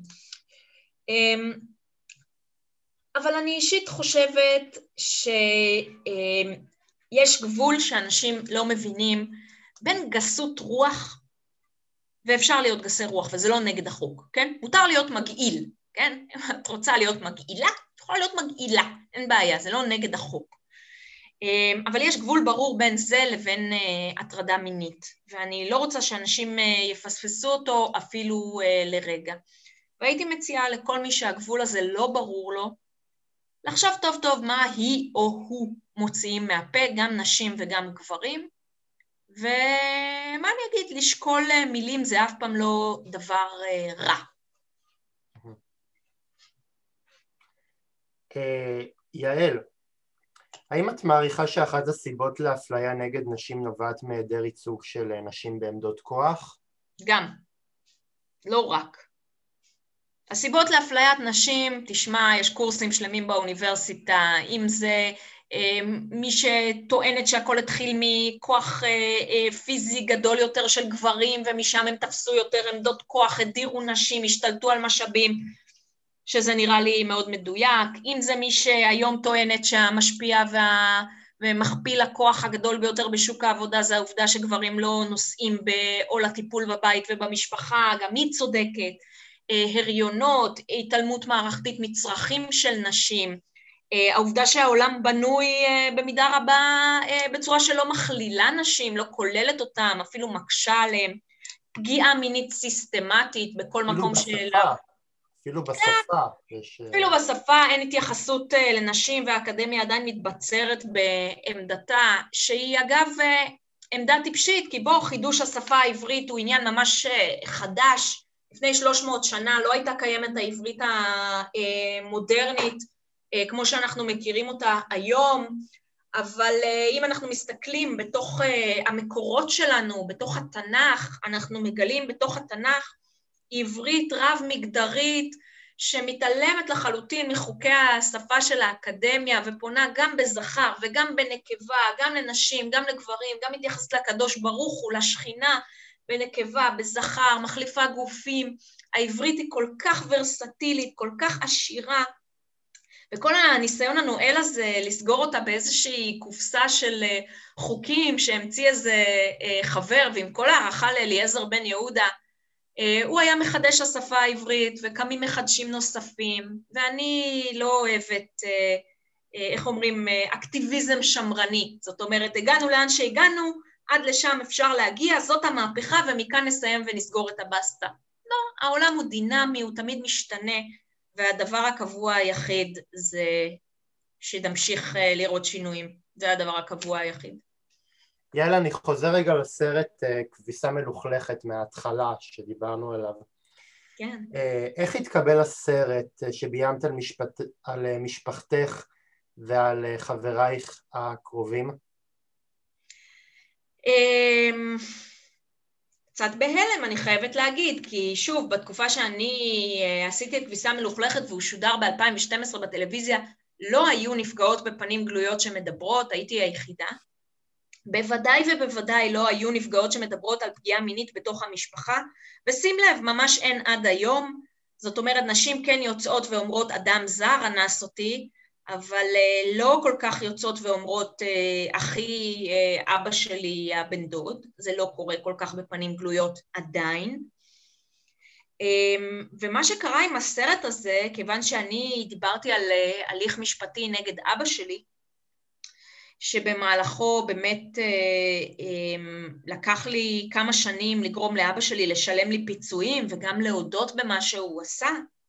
אבל אני אישית חושבת שיש גבול שאנשים לא מבינים, בין גסות רוח, ואפשר להיות גסי רוח, וזה לא נגד החוק, כן? מותר להיות מגעיל, כן? אם את רוצה להיות מגעילה, את יכולה להיות מגעילה, אין בעיה, זה לא נגד החוק. אבל יש גבול ברור בין זה לבין הטרדה מינית, ואני לא רוצה שאנשים יפספסו אותו אפילו לרגע. והייתי מציעה לכל מי שהגבול הזה לא ברור לו, לחשוב טוב טוב מה היא או הוא מוציאים מהפה, גם נשים וגם גברים, ומה אני אגיד, לשקול מילים זה אף פעם לא דבר רע. יעל, האם את מעריכה שאחת הסיבות לאפליה נגד נשים נובעת מהיעדר ייצוג של נשים בעמדות כוח? גם, לא רק. הסיבות לאפליית נשים, תשמע, יש קורסים שלמים באוניברסיטה, אם זה מי שטוענת שהכל התחיל מכוח פיזי גדול יותר של גברים, ומשם הם תפסו יותר עמדות כוח, הדירו נשים, השתלטו על משאבים, שזה נראה לי מאוד מדויק, אם זה מי שהיום טוענת שהמשפיע ומכפיל הכוח הגדול ביותר בשוק העבודה, זה העובדה שגברים לא נושאים בעול הטיפול בבית ובמשפחה, גם היא צודקת, הריונות, התעלמות מערכתית מצרכים של נשים, העובדה שהעולם בנוי במידה רבה בצורה שלא מכלילה נשים, לא כוללת אותם, אפילו מקשה עליהם, פגיעה מינית סיסטמטית בכל מקום שלה. אפילו בשפה. אפילו בשפה אין התייחסות לנשים, והאקדמיה עדיין מתבצרת בעמדתה, שהיא אגב עמדה טיפשית, כי בו חידוש השפה העברית הוא עניין ממש חדש, לפני 300 שנה לא הייתה קיימת העברית המודרנית, כמו שאנחנו מכירים אותה היום, אבל אם אנחנו מסתכלים בתוך המקורות שלנו, בתוך התנ"ך, אנחנו מגלים בתוך התנ"ך עברית רב-מגדרית, שמתעלמת לחלוטין מחוקי השפה של האקדמיה, ופונה גם בזכר וגם בנקבה, גם לנשים, גם לגברים, גם מתייחסת לקדוש ברוך הוא, לשכינה, בנקבה, בזכר, מחליפה גופים, העברית היא כל כך ורסטילית, כל כך עשירה, וכל הניסיון הנואל הזה לסגור אותה באיזושהי קופסה של חוקים שהמציא איזה חבר, ועם כל הערכה לאליעזר בן יהודה, הוא היה מחדש השפה העברית וקמים מחדשים נוספים, ואני לא אוהבת, איך אומרים, אקטיביזם שמרני, זאת אומרת, הגענו לאן שהגענו, עד לשם אפשר להגיע, זאת המהפכה, ומכאן נסיים ונסגור את הבסטה. לא, העולם הוא דינמי, הוא תמיד משתנה, והדבר הקבוע היחיד זה שנמשיך לראות שינויים, זה הדבר הקבוע היחיד. יאללה, אני חוזר רגע לסרט כביסה מלוכלכת מההתחלה שדיברנו עליו. כן. איך התקבל הסרט שביימת על משפחתך ועל חברייך הקרובים? קצת בהלם, אני חייבת להגיד, כי שוב, בתקופה שאני עשיתי את כביסה מלוכלכת והוא שודר ב-2012 בטלוויזיה, לא היו נפגעות בפנים גלויות שמדברות, הייתי היחידה. בוודאי ובוודאי לא היו נפגעות שמדברות על פגיעה מינית בתוך המשפחה, ושים לב, ממש אין עד היום, זאת אומרת, נשים כן יוצאות ואומרות, אדם זר אנס אותי, אבל לא כל כך יוצאות ואומרות, אחי, אבא שלי, הבן דוד, זה לא קורה כל כך בפנים גלויות עדיין. ומה שקרה עם הסרט הזה, כיוון שאני דיברתי על הליך משפטי נגד אבא שלי, שבמהלכו באמת לקח לי כמה שנים לגרום לאבא שלי לשלם לי פיצויים וגם להודות במה שהוא עשה,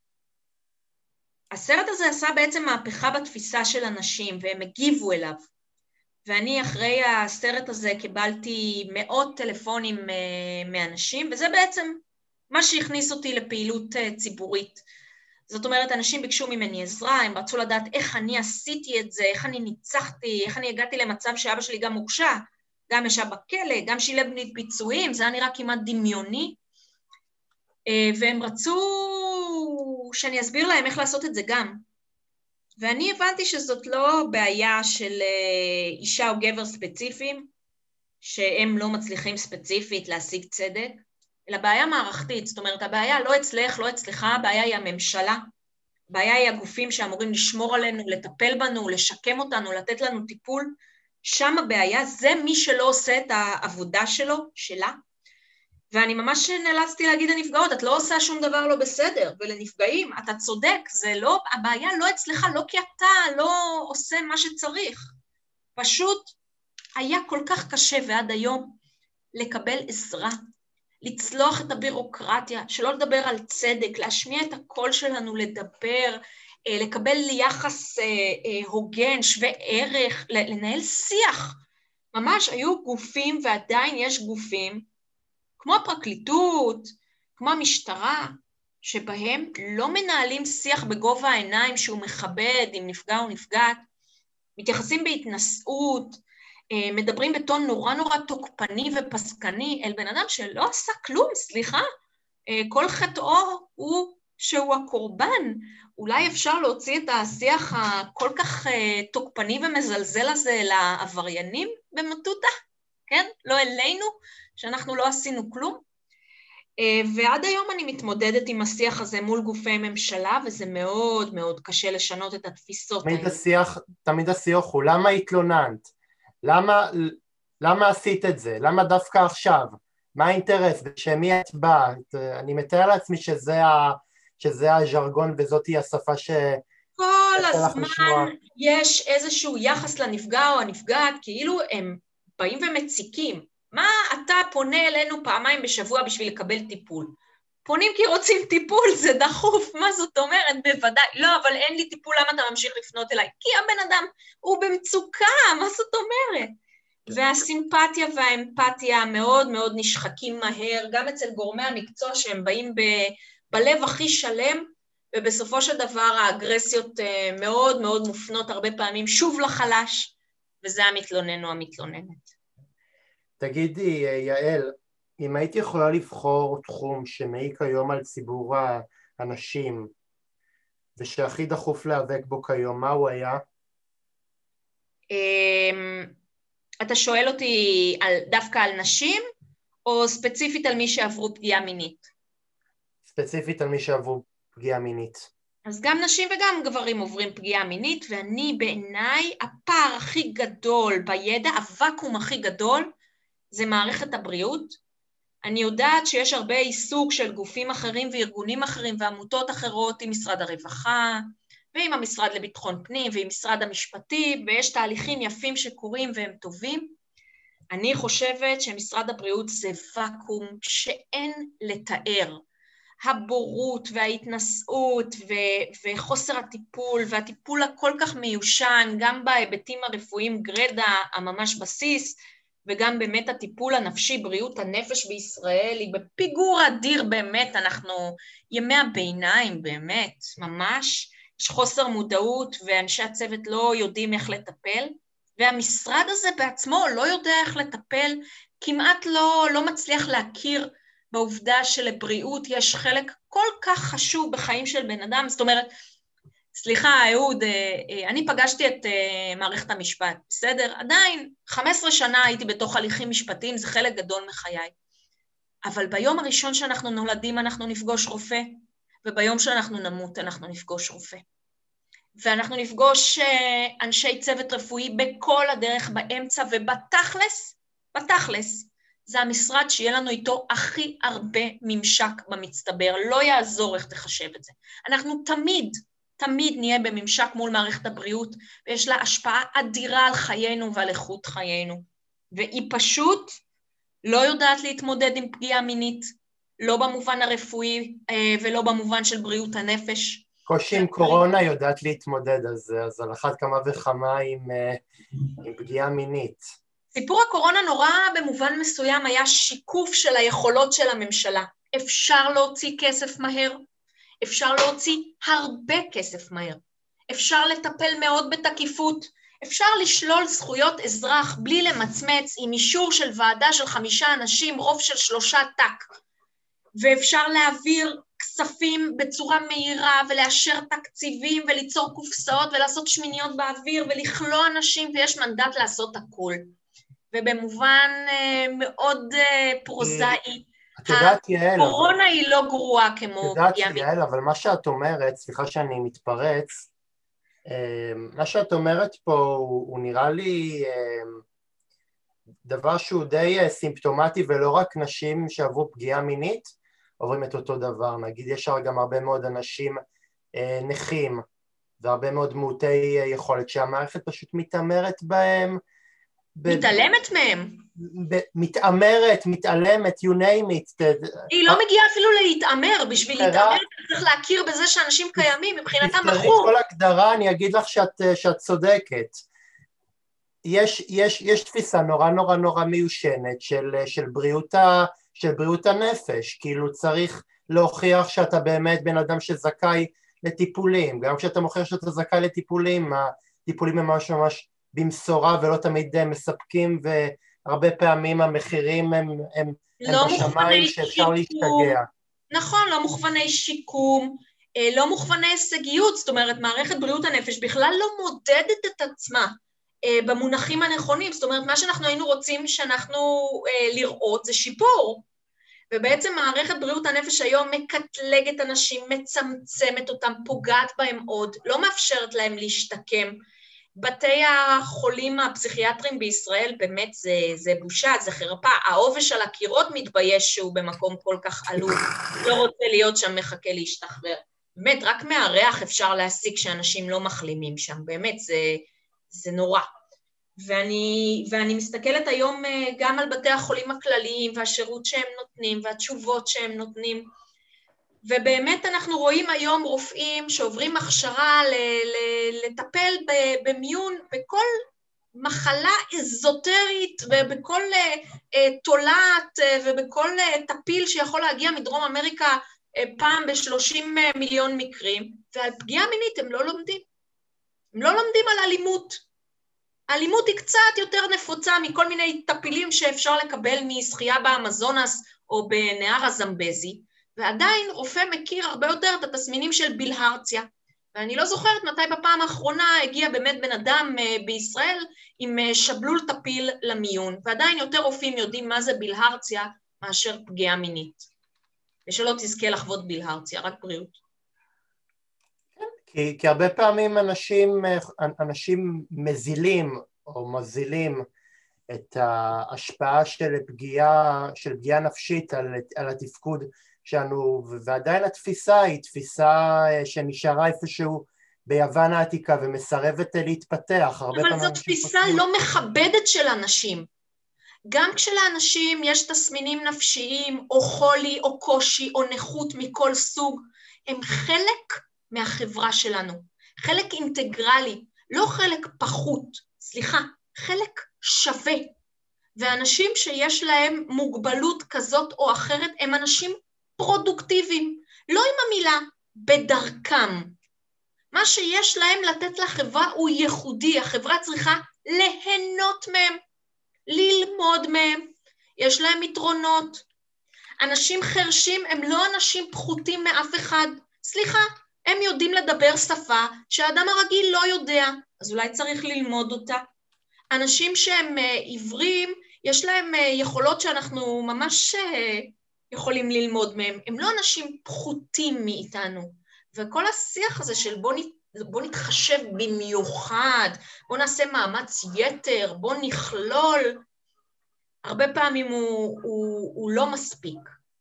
הסרט הזה עשה בעצם מהפכה בתפיסה של אנשים, והם הגיבו אליו. ואני אחרי הסרט הזה קיבלתי מאות טלפונים מאנשים, וזה בעצם מה שהכניס אותי לפעילות ציבורית. זאת אומרת, אנשים ביקשו ממני עזרה, הם רצו לדעת איך אני עשיתי את זה, איך אני ניצחתי, איך אני הגעתי למצב שאבא שלי גם הורשע, גם ישב בכלא, גם שילם לי פיצויים, זה היה נראה כמעט דמיוני, והם רצו שאני אסביר להם איך לעשות את זה גם. ואני הבנתי שזאת לא בעיה של אישה או גבר ספציפיים, שהם לא מצליחים ספציפית להשיג צדק, אלא בעיה מערכתית, זאת אומרת, הבעיה לא אצלך, לא אצלך, הבעיה היא הממשלה, הבעיה היא הגופים שאמורים לשמור עלינו, לטפל בנו, לשקם אותנו, לתת לנו טיפול, שם הבעיה, זה מי שלא עושה את העבודה שלו, שלה, ואני ממש נאלצתי להגיד לנפגעות, את לא עושה שום דבר לא בסדר, ולנפגעים, אתה צודק, זה לא, הבעיה לא אצלך, לא כי אתה לא עושה מה שצריך, פשוט היה כל כך קשה ועד היום לקבל עזרה, לצלוח את הבירוקרטיה, שלא לדבר על צדק, להשמיע את הקול שלנו, לדבר, לקבל יחס הוגן, שווה ערך, לנהל שיח. ממש היו גופים ועדיין יש גופים, כמו הפרקליטות, כמו המשטרה, שבהם לא מנהלים שיח בגובה העיניים שהוא מכבד עם נפגע או נפגעת, מתייחסים בהתנשאות, מדברים בטון נורא נורא תוקפני ופסקני אל בן אדם שלא עשה כלום, סליחה, כל חטאו הוא שהוא הקורבן, אולי אפשר להוציא את השיח הכל כך תוקפני ומזלזל הזה לעבריינים במטוטה, כן? לא אלינו, שאנחנו לא עשינו כלום. ועד היום אני מתמודדת עם השיח הזה מול גופי ממשלה, וזה מאוד מאוד קשה לשנות את התפיסות האלה. תמיד השיח הוא, למה התלוננת? למה עשית את זה? למה דווקא עכשיו? מה האינטרס? ושמי את באה? אני מתאר לעצמי שזה הז'רגון וזאתי השפה ש... כל הזמן יש איזשהו יחס לנפגע או הנפגעת, כאילו הם באים ומציקים. מה אתה פונה אלינו פעמיים בשבוע בשביל לקבל טיפול? פונים כי רוצים טיפול, זה דחוף, מה זאת אומרת? בוודאי, לא, אבל אין לי טיפול, למה אתה ממשיך לפנות אליי? כי הבן אדם הוא במצוקה, מה זאת אומרת? והסימפתיה והאמפתיה מאוד מאוד נשחקים מהר, גם אצל גורמי המקצוע שהם באים בלב הכי שלם, ובסופו של דבר האגרסיות מאוד מאוד מופנות הרבה פעמים שוב לחלש, וזה המתלונן או המתלוננת. תגידי, יעל, אם היית יכולה לבחור תחום שמעיק היום על ציבור האנשים, ושהכי דחוף להיאבק בו כיום, מה הוא היה? אתה שואל אותי דווקא על נשים, או ספציפית על מי שעברו פגיעה מינית? ספציפית על מי שעברו פגיעה מינית. אז גם נשים וגם גברים עוברים פגיעה מינית, ואני בעיניי הפער הכי גדול בידע, הוואקום הכי גדול, זה מערכת הבריאות. אני יודעת שיש הרבה עיסוק של גופים אחרים וארגונים אחרים ועמותות אחרות עם משרד הרווחה, ועם המשרד לביטחון פנים ועם משרד המשפטי, ויש תהליכים יפים שקורים והם טובים. אני חושבת שמשרד הבריאות זה וואקום שאין לתאר. הבורות וההתנשאות וחוסר הטיפול, והטיפול הכל כך מיושן, גם בהיבטים הרפואיים גרדה, הממש בסיס, וגם באמת הטיפול הנפשי, בריאות הנפש בישראל, היא בפיגור אדיר באמת, אנחנו ימי הביניים באמת, ממש, יש חוסר מודעות ואנשי הצוות לא יודעים איך לטפל, והמשרד הזה בעצמו לא יודע איך לטפל, כמעט לא מצליח להכיר בעובדה שלבריאות יש חלק כל כך חשוב בחיים של בן אדם, זאת אומרת, סליחה, אהוד, אני פגשתי את מערכת המשפט, בסדר? עדיין 15 שנה הייתי בתוך הליכים משפטיים, זה חלק גדול מחיי. אבל ביום הראשון שאנחנו נולדים אנחנו נפגוש רופא, וביום שאנחנו נמות אנחנו נפגוש רופא. ואנחנו נפגוש אנשי צוות רפואי בכל הדרך באמצע, בתכלס, זה המשרד שיהיה לנו איתו הכי הרבה ממשק במצטבר, לא יעזור איך תחשב את זה. אנחנו תמיד נהיה בממשק מול מערכת הבריאות, ויש לה השפעה אדירה על חיינו ועל איכות חיינו, והיא פשוט לא יודעת להתמודד עם פגיעה מינית, לא במובן הרפואי ולא במובן של בריאות הנפש. קושי עם קורונה יודעת להתמודד, אז על אחת כמה וכמה עם פגיעה מינית. סיפור הקורונה נורא במובן מסוים היה שיקוף של היכולות של הממשלה. אפשר להוציא כסף מהר, אפשר להוציא הרבה כסף מהר, אפשר לטפל מאוד בתקיפות, אפשר לשלול זכויות אזרח בלי למצמץ עם אישור של ועדה של 5 אנשים, רוב של 3 טק, ואפשר להעביר כספים בצורה מהירה ולאשר תקציבים וליצור קופסאות ולעשות שמיניות באוויר ולכלוא אנשים, ויש מנדט לעשות הכל. ובמובן מאוד פרוזאי, את יודעת, יעל, הקורונה היא לא גרועה כמו... את יודעת, יעל, אבל מה שאת אומרת, סליחה שאני מתפרץ, מה שאת אומרת פה הוא נראה לי דבר שהוא די סימפטומטי, ולא רק נשים שעברו פגיעה מינית עוברים את אותו דבר. נגיד יש גם הרבה מאוד אנשים נכים והרבה מאוד מעוטי יכולת שהמערכת פשוט מתעמרת בהם. מתעלמת מהם. מתעלמת, you name it. היא לא מגיעה אפילו להתעמר, בשביל להתעמר צריך להכיר בזה שאנשים קיימים, מבחינתם מכור. תפתרי כל הגדרה, אני אגיד לך שאת צודקת. יש תפיסה נורא מיושנת של בריאות הנפש, כאילו צריך להוכיח שאתה באמת בן אדם שזכאי לטיפולים, גם כשאתה מוכר שאתה זכאי לטיפולים, הטיפולים הם ממש במשורה ולא תמיד מספקים, והרבה פעמים המחירים הם בשמיים שאפשר להשתגע. נכון, לא מוכווני שיקום, לא מוכווני הישגיות, זאת אומרת מערכת בריאות הנפש בכלל לא מודדת את עצמה במונחים הנכונים, זאת אומרת מה שאנחנו היינו רוצים שאנחנו לראות זה שיפור, ובעצם מערכת בריאות הנפש היום מקטלגת אנשים, מצמצמת אותם, פוגעת בהם עוד, לא מאפשרת להם להשתקם. בתי החולים הפסיכיאטריים בישראל באמת זה בושה, זה חרפה, העובש על הקירות מתבייש שהוא במקום כל כך עלוב, לא רוצה להיות שם, מחכה להשתחרר. באמת, רק מהריח אפשר להסיק שאנשים לא מחלימים שם, באמת זה נורא. ואני מסתכלת היום גם על בתי החולים הכלליים והשירות שהם נותנים והתשובות שהם נותנים, ובאמת אנחנו רואים היום רופאים שעוברים הכשרה לטפל במיון בכל מחלה אזוטרית ובכל תולעת ובכל טפיל שיכול להגיע מדרום אמריקה פעם ב30 מיליון מקרים, ועל פגיעה מינית הם לא לומדים. הם לא לומדים על אלימות. האלימות היא קצת יותר נפוצה מכל מיני טפילים שאפשר לקבל משחייה באמזונס או בנהר הזמבזי, ועדיין רופא מכיר הרבה יותר את התסמינים של בילהרציה, ואני לא זוכרת מתי בפעם האחרונה הגיע באמת בן אדם בישראל עם שבלול טפיל למיון, ועדיין יותר רופאים יודעים מה זה בילהרציה מאשר פגיעה מינית. ושלא תזכה לחוות בילהרציה, רק בריאות. כי הרבה פעמים אנשים מזילים או מזילים את ההשפעה של פגיעה נפשית על התפקוד שלנו, ועדיין התפיסה היא תפיסה שנשארה איפשהו ביוון העתיקה ומסרבת להתפתח. אבל זו תפיסה לא מכבדת של אנשים. גם כשלאנשים יש תסמינים נפשיים או חולי או קושי או נכות מכל סוג, הם חלק מהחברה שלנו, חלק אינטגרלי, לא חלק פחות, סליחה, חלק שווה. ואנשים שיש להם מוגבלות כזאת או אחרת הם אנשים פרודוקטיביים, לא עם המילה בדרכם. מה שיש להם לתת לחברה הוא ייחודי, החברה צריכה ליהנות מהם, ללמוד מהם, יש להם יתרונות. אנשים חרשים הם לא אנשים פחותים מאף אחד, סליחה, הם יודעים לדבר שפה שהאדם הרגיל לא יודע, אז אולי צריך ללמוד אותה. אנשים שהם עיוורים, יש להם יכולות שאנחנו ממש יכולים ללמוד מהם, הם לא אנשים פחותים מאיתנו, וכל השיח הזה של בוא נתחשב במיוחד, בוא נעשה מאמץ יתר, בוא נכלול, הרבה פעמים הוא לא מספיק.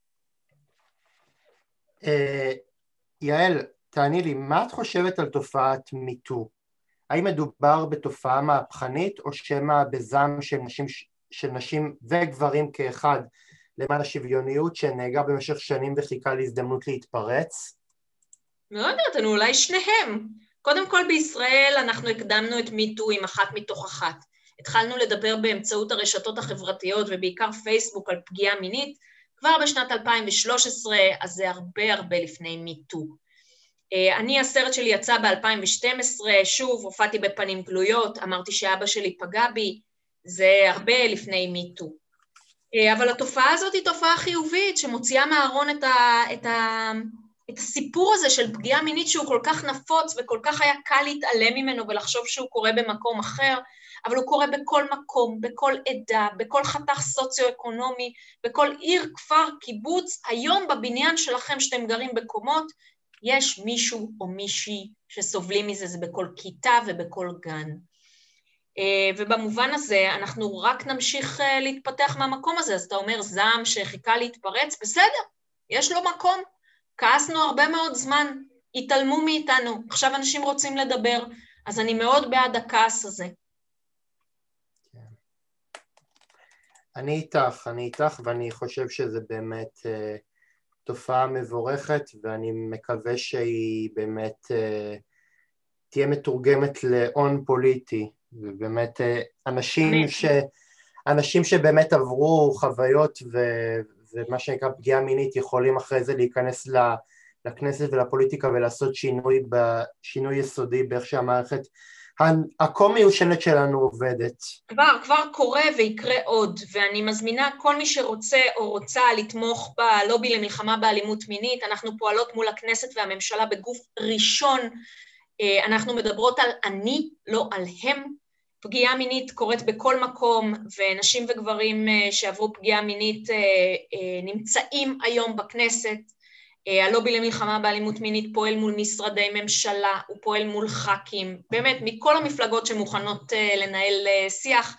יעל, תעני לי, מה את חושבת על תופעת מיטו? האם מדובר בתופעה מהפכנית או שמא בזעם של נשים וגברים כאחד למען השוויוניות שנהגה במשך שנים וחיכה להזדמנות להתפרץ? לא יודעת, אולי שניהם. קודם כל בישראל אנחנו הקדמנו את מיטו עם אחת מתוך אחת. התחלנו לדבר באמצעות הרשתות החברתיות ובעיקר פייסבוק על פגיעה מינית, כבר בשנת 2013, אז זה הרבה לפני מיטו. הסרט שלי יצא ב-2012, שוב הופעתי בפנים גלויות, אמרתי שאבא שלי פגע בי, זה הרבה לפני מיטו. אבל התופעה הזאת היא תופעה חיובית, שמוציאה מהארון את הסיפור הזה של פגיעה מינית שהוא כל כך נפוץ, וכל כך היה קל להתעלם ממנו ולחשוב שהוא קורה במקום אחר, אבל הוא קורה בכל מקום, בכל עדה, בכל חתך סוציו-אקונומי, בכל עיר, כפר, קיבוץ. היום בבניין שלכם שאתם גרים בקומות, יש מישהו או מישהי שסובלים מזה, זה בכל כיתה ובכל גן. ובמובן הזה אנחנו רק נמשיך להתפתח מהמקום הזה, אז אתה אומר זעם שחיכה להתפרץ, בסדר, יש לו מקום, כעסנו הרבה מאוד זמן, התעלמו מאיתנו, עכשיו אנשים רוצים לדבר, אז אני מאוד בעד הכעס הזה. אני איתך ואני חושב שזה באמת תופעה מבורכת, ואני מקווה שהיא באמת תהיה מתורגמת להון פוליטי, ובאמת אנשים שבאמת עברו חוויות ומה שנקרא פגיעה מינית יכולים אחרי זה להיכנס לכנסת ולפוליטיקה ולעשות שינוי יסודי באיך שהמערכת הכה מיושנת שלנו עובדת. כבר קורה ויקרה עוד, ואני מזמינה כל מי שרוצה או רוצה לתמוך בלובי למלחמה באלימות מינית. אנחנו פועלות מול הכנסת והממשלה בגוף ראשון, אנחנו מדברות על אני, לא על הם. פגיעה מינית קורית בכל מקום, ונשים וגברים שעברו פגיעה מינית נמצאים היום בכנסת. הלובי למלחמה באלימות מינית פועל מול משרדי ממשלה, הוא פועל מול ח"כים, באמת מכל המפלגות שמוכנות לנהל שיח,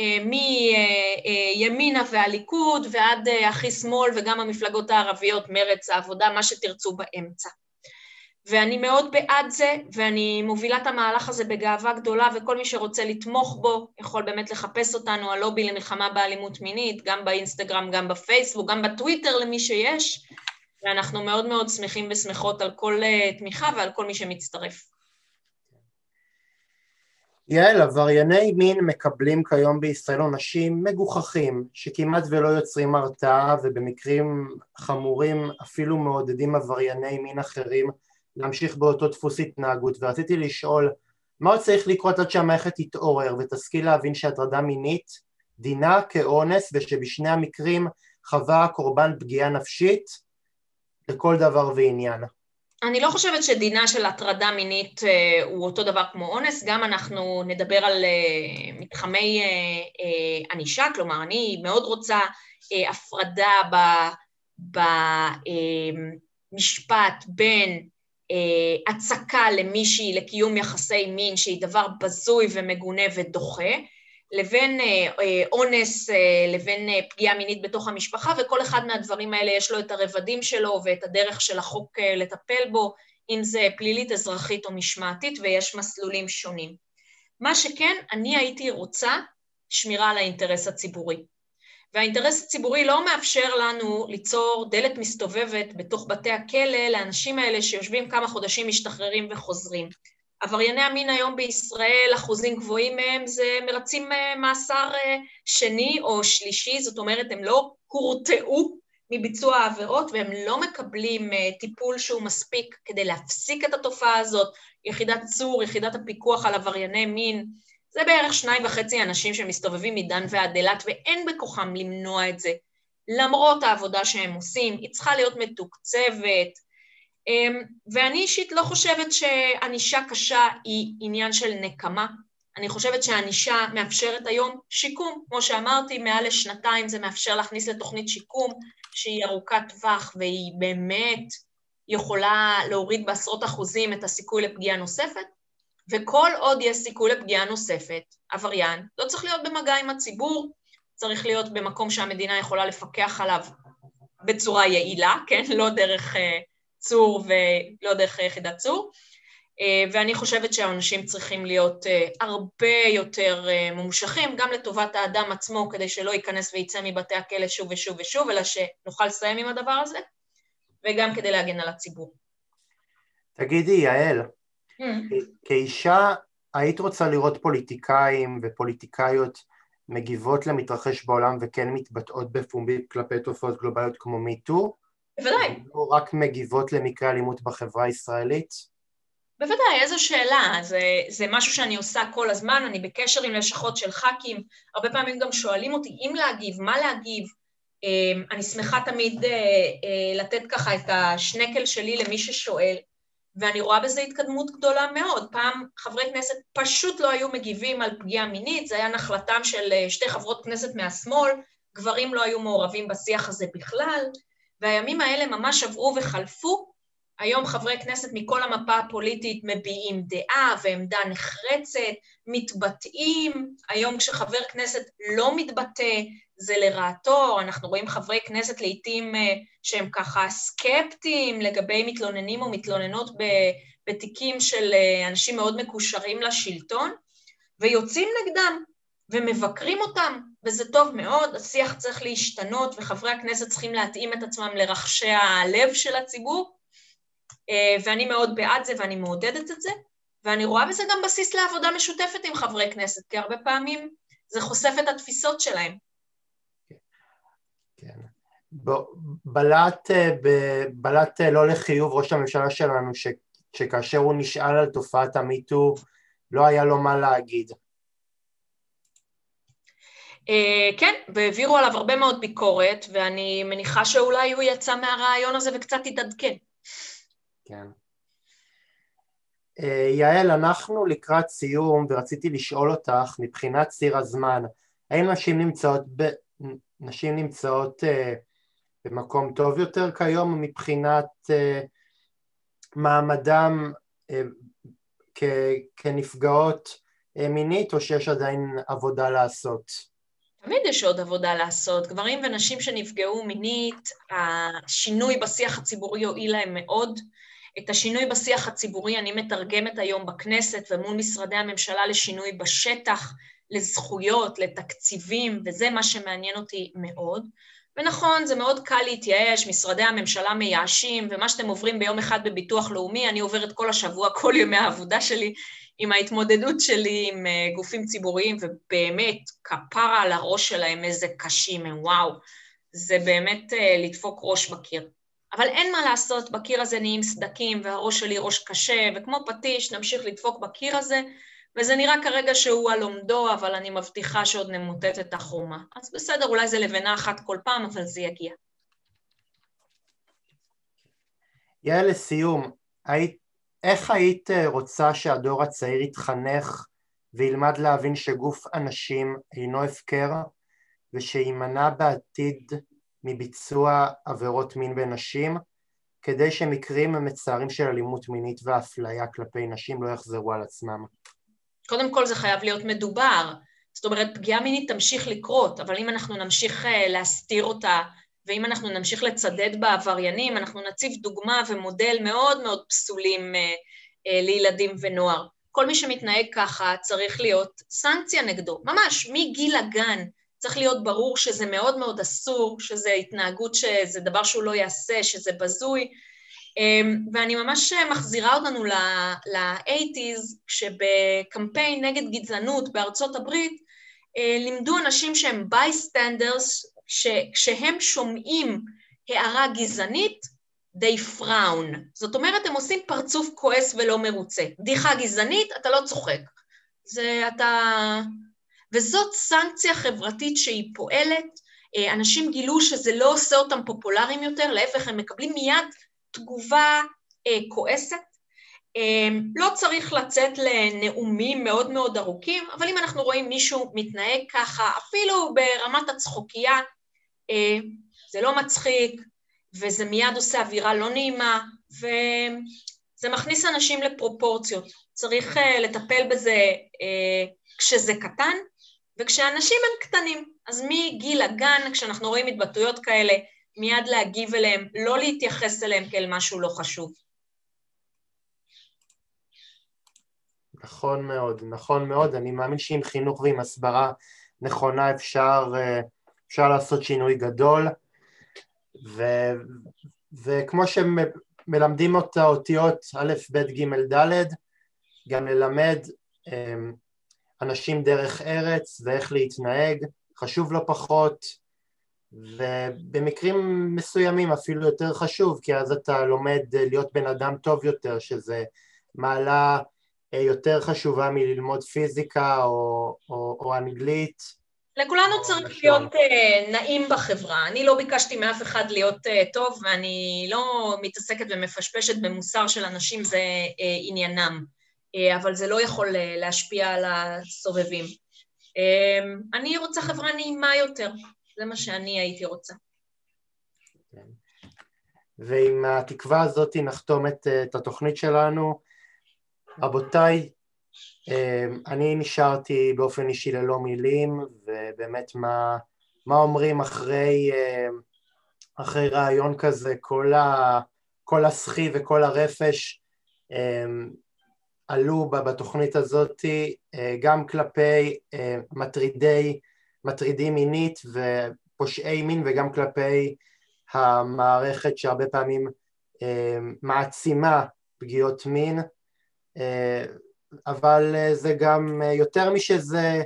מימינה והליכוד ועד הכי שמאל וגם המפלגות הערביות, מרץ, העבודה, מה שתרצו באמצע. ואני מאוד בעד זה, ואני מובילה את המהלך הזה בגאווה גדולה, וכל מי שרוצה לתמוך בו יכול באמת לחפש אותנו, הלובי למלחמה באלימות מינית, גם באינסטגרם, גם בפייסבוק, גם בטוויטר למי שיש, ואנחנו מאוד מאוד שמחים ושמחות על כל תמיכה ועל כל מי שמצטרף. יעל, עברייני מין מקבלים כיום בישראל עונשים מגוחכים, שכמעט ולא יוצרים הרתעה, ובמקרים חמורים אפילו מעודדים עברייני מין אחרים להמשיך באותו דפוס התנהגות. ורציתי לשאול, מה עוד צריך לקרות עד שהמערכת תתעורר ותשכיל להבין שהטרדה מינית דינה כאונס, ושבשני המקרים חווה הקורבן פגיעה נפשית לכל דבר ועניין? אני לא חושבת שדינה של הטרדה מינית הוא אותו דבר כמו אונס, גם אנחנו נדבר על מתחמי ענישה, כלומר אני מאוד רוצה הפרדה במשפט בין הצקה למישהי לקיום יחסי מין שהיא דבר בזוי ומגונה ודוחה, לבין אונס, לבין פגיעה מינית בתוך המשפחה, וכל אחד מהדברים האלה יש לו את הרבדים שלו ואת הדרך של החוק לטפל בו, אם זה פלילית, אזרחית או משמעתית, ויש מסלולים שונים. מה שכן, אני הייתי רוצה שמירה על האינטרס הציבורי. והאינטרס הציבורי לא מאפשר לנו ליצור דלת מסתובבת בתוך בתי הכלא לאנשים האלה שיושבים כמה חודשים משתחררים וחוזרים. עברייני המין היום בישראל, אחוזים גבוהים מהם, זה מרצים מאסר שני או שלישי, זאת אומרת, הם לא הורתעו מביצוע העבירות, והם לא מקבלים טיפול שהוא מספיק כדי להפסיק את התופעה הזאת. יחידת צור, יחידת הפיקוח על עברייני מין, זה בערך 2.5 אנשים שמסתובבים מדן ועד אילת, ואין בכוחם למנוע את זה. למרות העבודה שהם עושים, היא צריכה להיות מתוקצבת, ואני אישית לא חושבת שענישה קשה היא עניין של נקמה. אני חושבת שהענישה מאפשרת היום שיקום, כמו שאמרתי, מעל לשנתיים זה מאפשר להכניס לתוכנית שיקום שהיא ארוכת טווח, והיא באמת יכולה להוריד בעשרות אחוזים את הסיכוי לפגיעה נוספת, וכל עוד יש סיכוי לפגיעה נוספת, עבריין לא צריך להיות במגע עם הציבור, צריך להיות במקום שהמדינה יכולה לפקח עליו בצורה יעילה, כן? לא דרך צור ולא דרך יחידת צור, ואני חושבת שהאנשים צריכים להיות הרבה יותר ממושכים, גם לטובת האדם עצמו, כדי שלא ייכנס ויצא מבתי הכלא שוב ושוב ושוב, אלא שנוכל לסיים עם הדבר הזה, וגם כדי להגן על הציבור. תגידי, יעל, כאישה, היית רוצה לראות פוליטיקאים ופוליטיקאיות מגיבות למתרחש בעולם וכן מתבטאות בפומבי כלפי תופעות גלובליות כמו מיטו? בוודאי. לא רק מגיבות למקרה אלימות בחברה הישראלית? בוודאי, איזו שאלה, זה משהו שאני עושה כל הזמן, אני בקשר עם לשכות של ח"כים, הרבה פעמים גם שואלים אותי אם להגיב, מה להגיב, אני שמחה תמיד לתת ככה את השנקל שלי למי ששואל, ואני רואה בזה התקדמות גדולה מאוד. פעם חברי כנסת פשוט לא היו מגיבים על פגיעה מינית, זה היה נחלתם של 2 חברות כנסת מהשמאל, גברים לא היו מעורבים בשיח הזה בכלל, והימים האלה ממש עברו וחלפו, היום חברי כנסת מכל המפה הפוליטית מביעים דעה ועמדה נחרצת, מתבטאים, היום כשחבר כנסת לא מתבטא, זה לרעתו, אנחנו רואים חברי כנסת לעתים שהם ככה סקפטיים לגבי מתלוננים או מתלוננות בתיקים של אנשים מאוד מקושרים לשלטון, ויוצאים נגדם ומבקרים אותם, וזה טוב מאוד, השיח צריך להשתנות, וחברי הכנסת צריכים להתאים את עצמם לרחשי הלב של הציבור, ואני מאוד בעד זה ואני מעודדת את זה, ואני רואה בזה גם בסיס לעבודה משותפת עם חברי כנסת, כי הרבה פעמים זה חושף את התפיסות שלהם. כן. בלט לא לחיוב ראש הממשלה שלנו, שכאשר הוא נשאל על תופעת המיטו, לא היה לו מה להגיד. כן, והעבירו עליו הרבה מאוד ביקורת, ואני מניחה שאולי הוא יצא מהרעיון הזה וקצת התעדכן. כן. יעל, אנחנו לקראת סיום, ורציתי לשאול אותך, מבחינת ציר הזמן, האם נשים נמצאות במקום טוב יותר כיום מבחינת מעמדם כנפגעות מינית, או שיש עדיין עבודה לעשות? תמיד יש עוד עבודה לעשות. גברים ונשים שנפגעו מינית, השינוי בשיח הציבורי יועיל להם מאוד. את השינוי בשיח הציבורי אני מתרגמת היום בכנסת ומול משרדי הממשלה לשינוי בשטח, לזכויות, לתקציבים, וזה מה שמעניין אותי מאוד. ונכון, זה מאוד קל להתייאש, משרדי הממשלה מייאשים, ומה שאתם עוברים ביום אחד בביטוח לאומי, אני עוברת כל השבוע, כל ימי העבודה שלי, עם ההתמודדות שלי עם גופים ציבוריים, ובאמת כפרה על הראש שלהם איזה קשים, וואו, זה באמת לדפוק ראש בקיר. אבל אין מה לעשות, בקיר הזה נהיים סדקים, והראש שלי ראש קשה, וכמו פטיש נמשיך לדפוק בקיר הזה, וזה נראה כרגע שהוא הלומדו, אבל אני מבטיחה שעוד נמוטט את החומה. אז בסדר, אולי זה לבנה אחת כל פעם, אבל זה יגיע. יעל, לסיום, איך היית רוצה שהדור הצעיר יתחנך וילמד להבין שגוף אנשים אינו הפקר, ושימנע בעתיד מביצוע עבירות מין בנשים, כדי שמקרים מצערים של אלימות מינית ואפליה כלפי נשים לא יחזרו על עצמם? קודם כל זה חייב להיות מדובר, זאת אומרת פגיעה מינית תמשיך לקרות, אבל אם אנחנו נמשיך להסתיר אותה, ואם אנחנו נמשיך לצדד בעבריינים, אנחנו נציב דוגמה ומודל מאוד מאוד פסולים לילדים ונוער. כל מי שמתנהג ככה צריך להיות סנקציה נגדו, ממש מגיל הגן, צריך להיות ברור שזה מאוד מאוד אסור, שזה התנהגות, שזה דבר שהוא לא יעשה, שזה בזוי, ואני ממש מחזירה אותנו ל-80s, כשבקמפיין נגד גזענות בארצות הברית, לימדו אנשים שהם bystanders, כשהם שומעים הערה גזענית, they frown. זאת אומרת, הם עושים פרצוף כועס ולא מרוצה. בדיחה גזענית, אתה לא צוחק. וזאת סנקציה חברתית שהיא פועלת, אנשים גילו שזה לא עושה אותם פופולריים יותר, להפך הם מקבלים מיד תגובה כועסת, לא צריך לצאת לנאומים מאוד מאוד ארוכים, אבל אם אנחנו רואים מישהו מתנהג ככה, אפילו ברמת הצחוקייה, זה לא מצחיק, וזה מיד עושה אווירה לא נעימה, וזה מכניס אנשים לפרופורציות. צריך לטפל בזה כשזה קטן, וכשאנשים הם קטנים. אז מגיל הגן, כשאנחנו רואים התבטאויות כאלה, מיד להגיב אליהם, לא להתייחס אליהם כאל משהו לא חשוב. נכון מאוד, נכון מאוד. אני מאמין שעם חינוך ועם הסברה נכונה אפשר לעשות שינוי גדול, וכמו שמלמדים אותה אותיות א', ב', ג', ד', גם ללמד אנשים דרך ארץ ואיך להתנהג, חשוב לא פחות, ובמקרים מסוימים אפילו יותר חשוב, כי אז אתה לומד להיות בן אדם טוב יותר, שזה מעלה יותר חשובה מללמוד פיזיקה או אנגלית. לכולנו צריך להיות נעים בחברה. אני לא ביקשתי מאף אחד להיות טוב, ואני לא מתעסקת ומפשפשת במוסר של אנשים, זה עניינם. אבל זה לא יכול להשפיע על הסובבים. אני רוצה חברה נעימה יותר, זה מה שאני הייתי רוצה. ועם התקווה הזאת נחתום את התוכנית שלנו. רבותיי, אני נשארתי באופן אישי ללא מילים, ובאמת מה אומרים אחרי רעיון כזה, כל הסחי וכל הרפש עלו בתוכנית הזאת, גם כלפי מטרידים מינית ופושעי מין, וגם כלפי המערכת שהרבה פעמים מעצימה פגיעות מין, אבל זה גם יותר משזה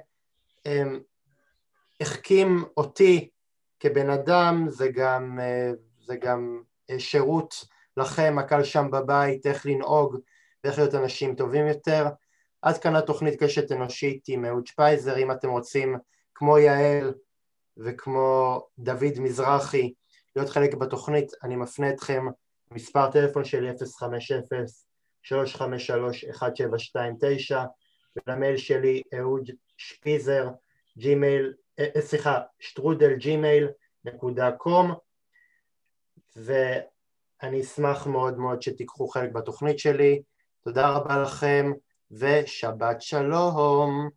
החכים אותי כבן אדם, זה גם שירות לכם, הקהל שם בבית, איך לנהוג ואיך להיות אנשים טובים יותר. עד כאן התוכנית קשת אנושית עם אהוד שפייזר. אם אתם רוצים כמו יעל וכמו דוד מזרחי להיות חלק בתוכנית, אני מפנה אתכם מספר טלפון שלי 050-353-1729, ולמייל שלי אהוד שפיזר שטרודל@gmail.com, ואני אשמח מאוד מאוד שתיקחו חלק בתוכנית שלי. תודה רבה לכם ושבת שלום.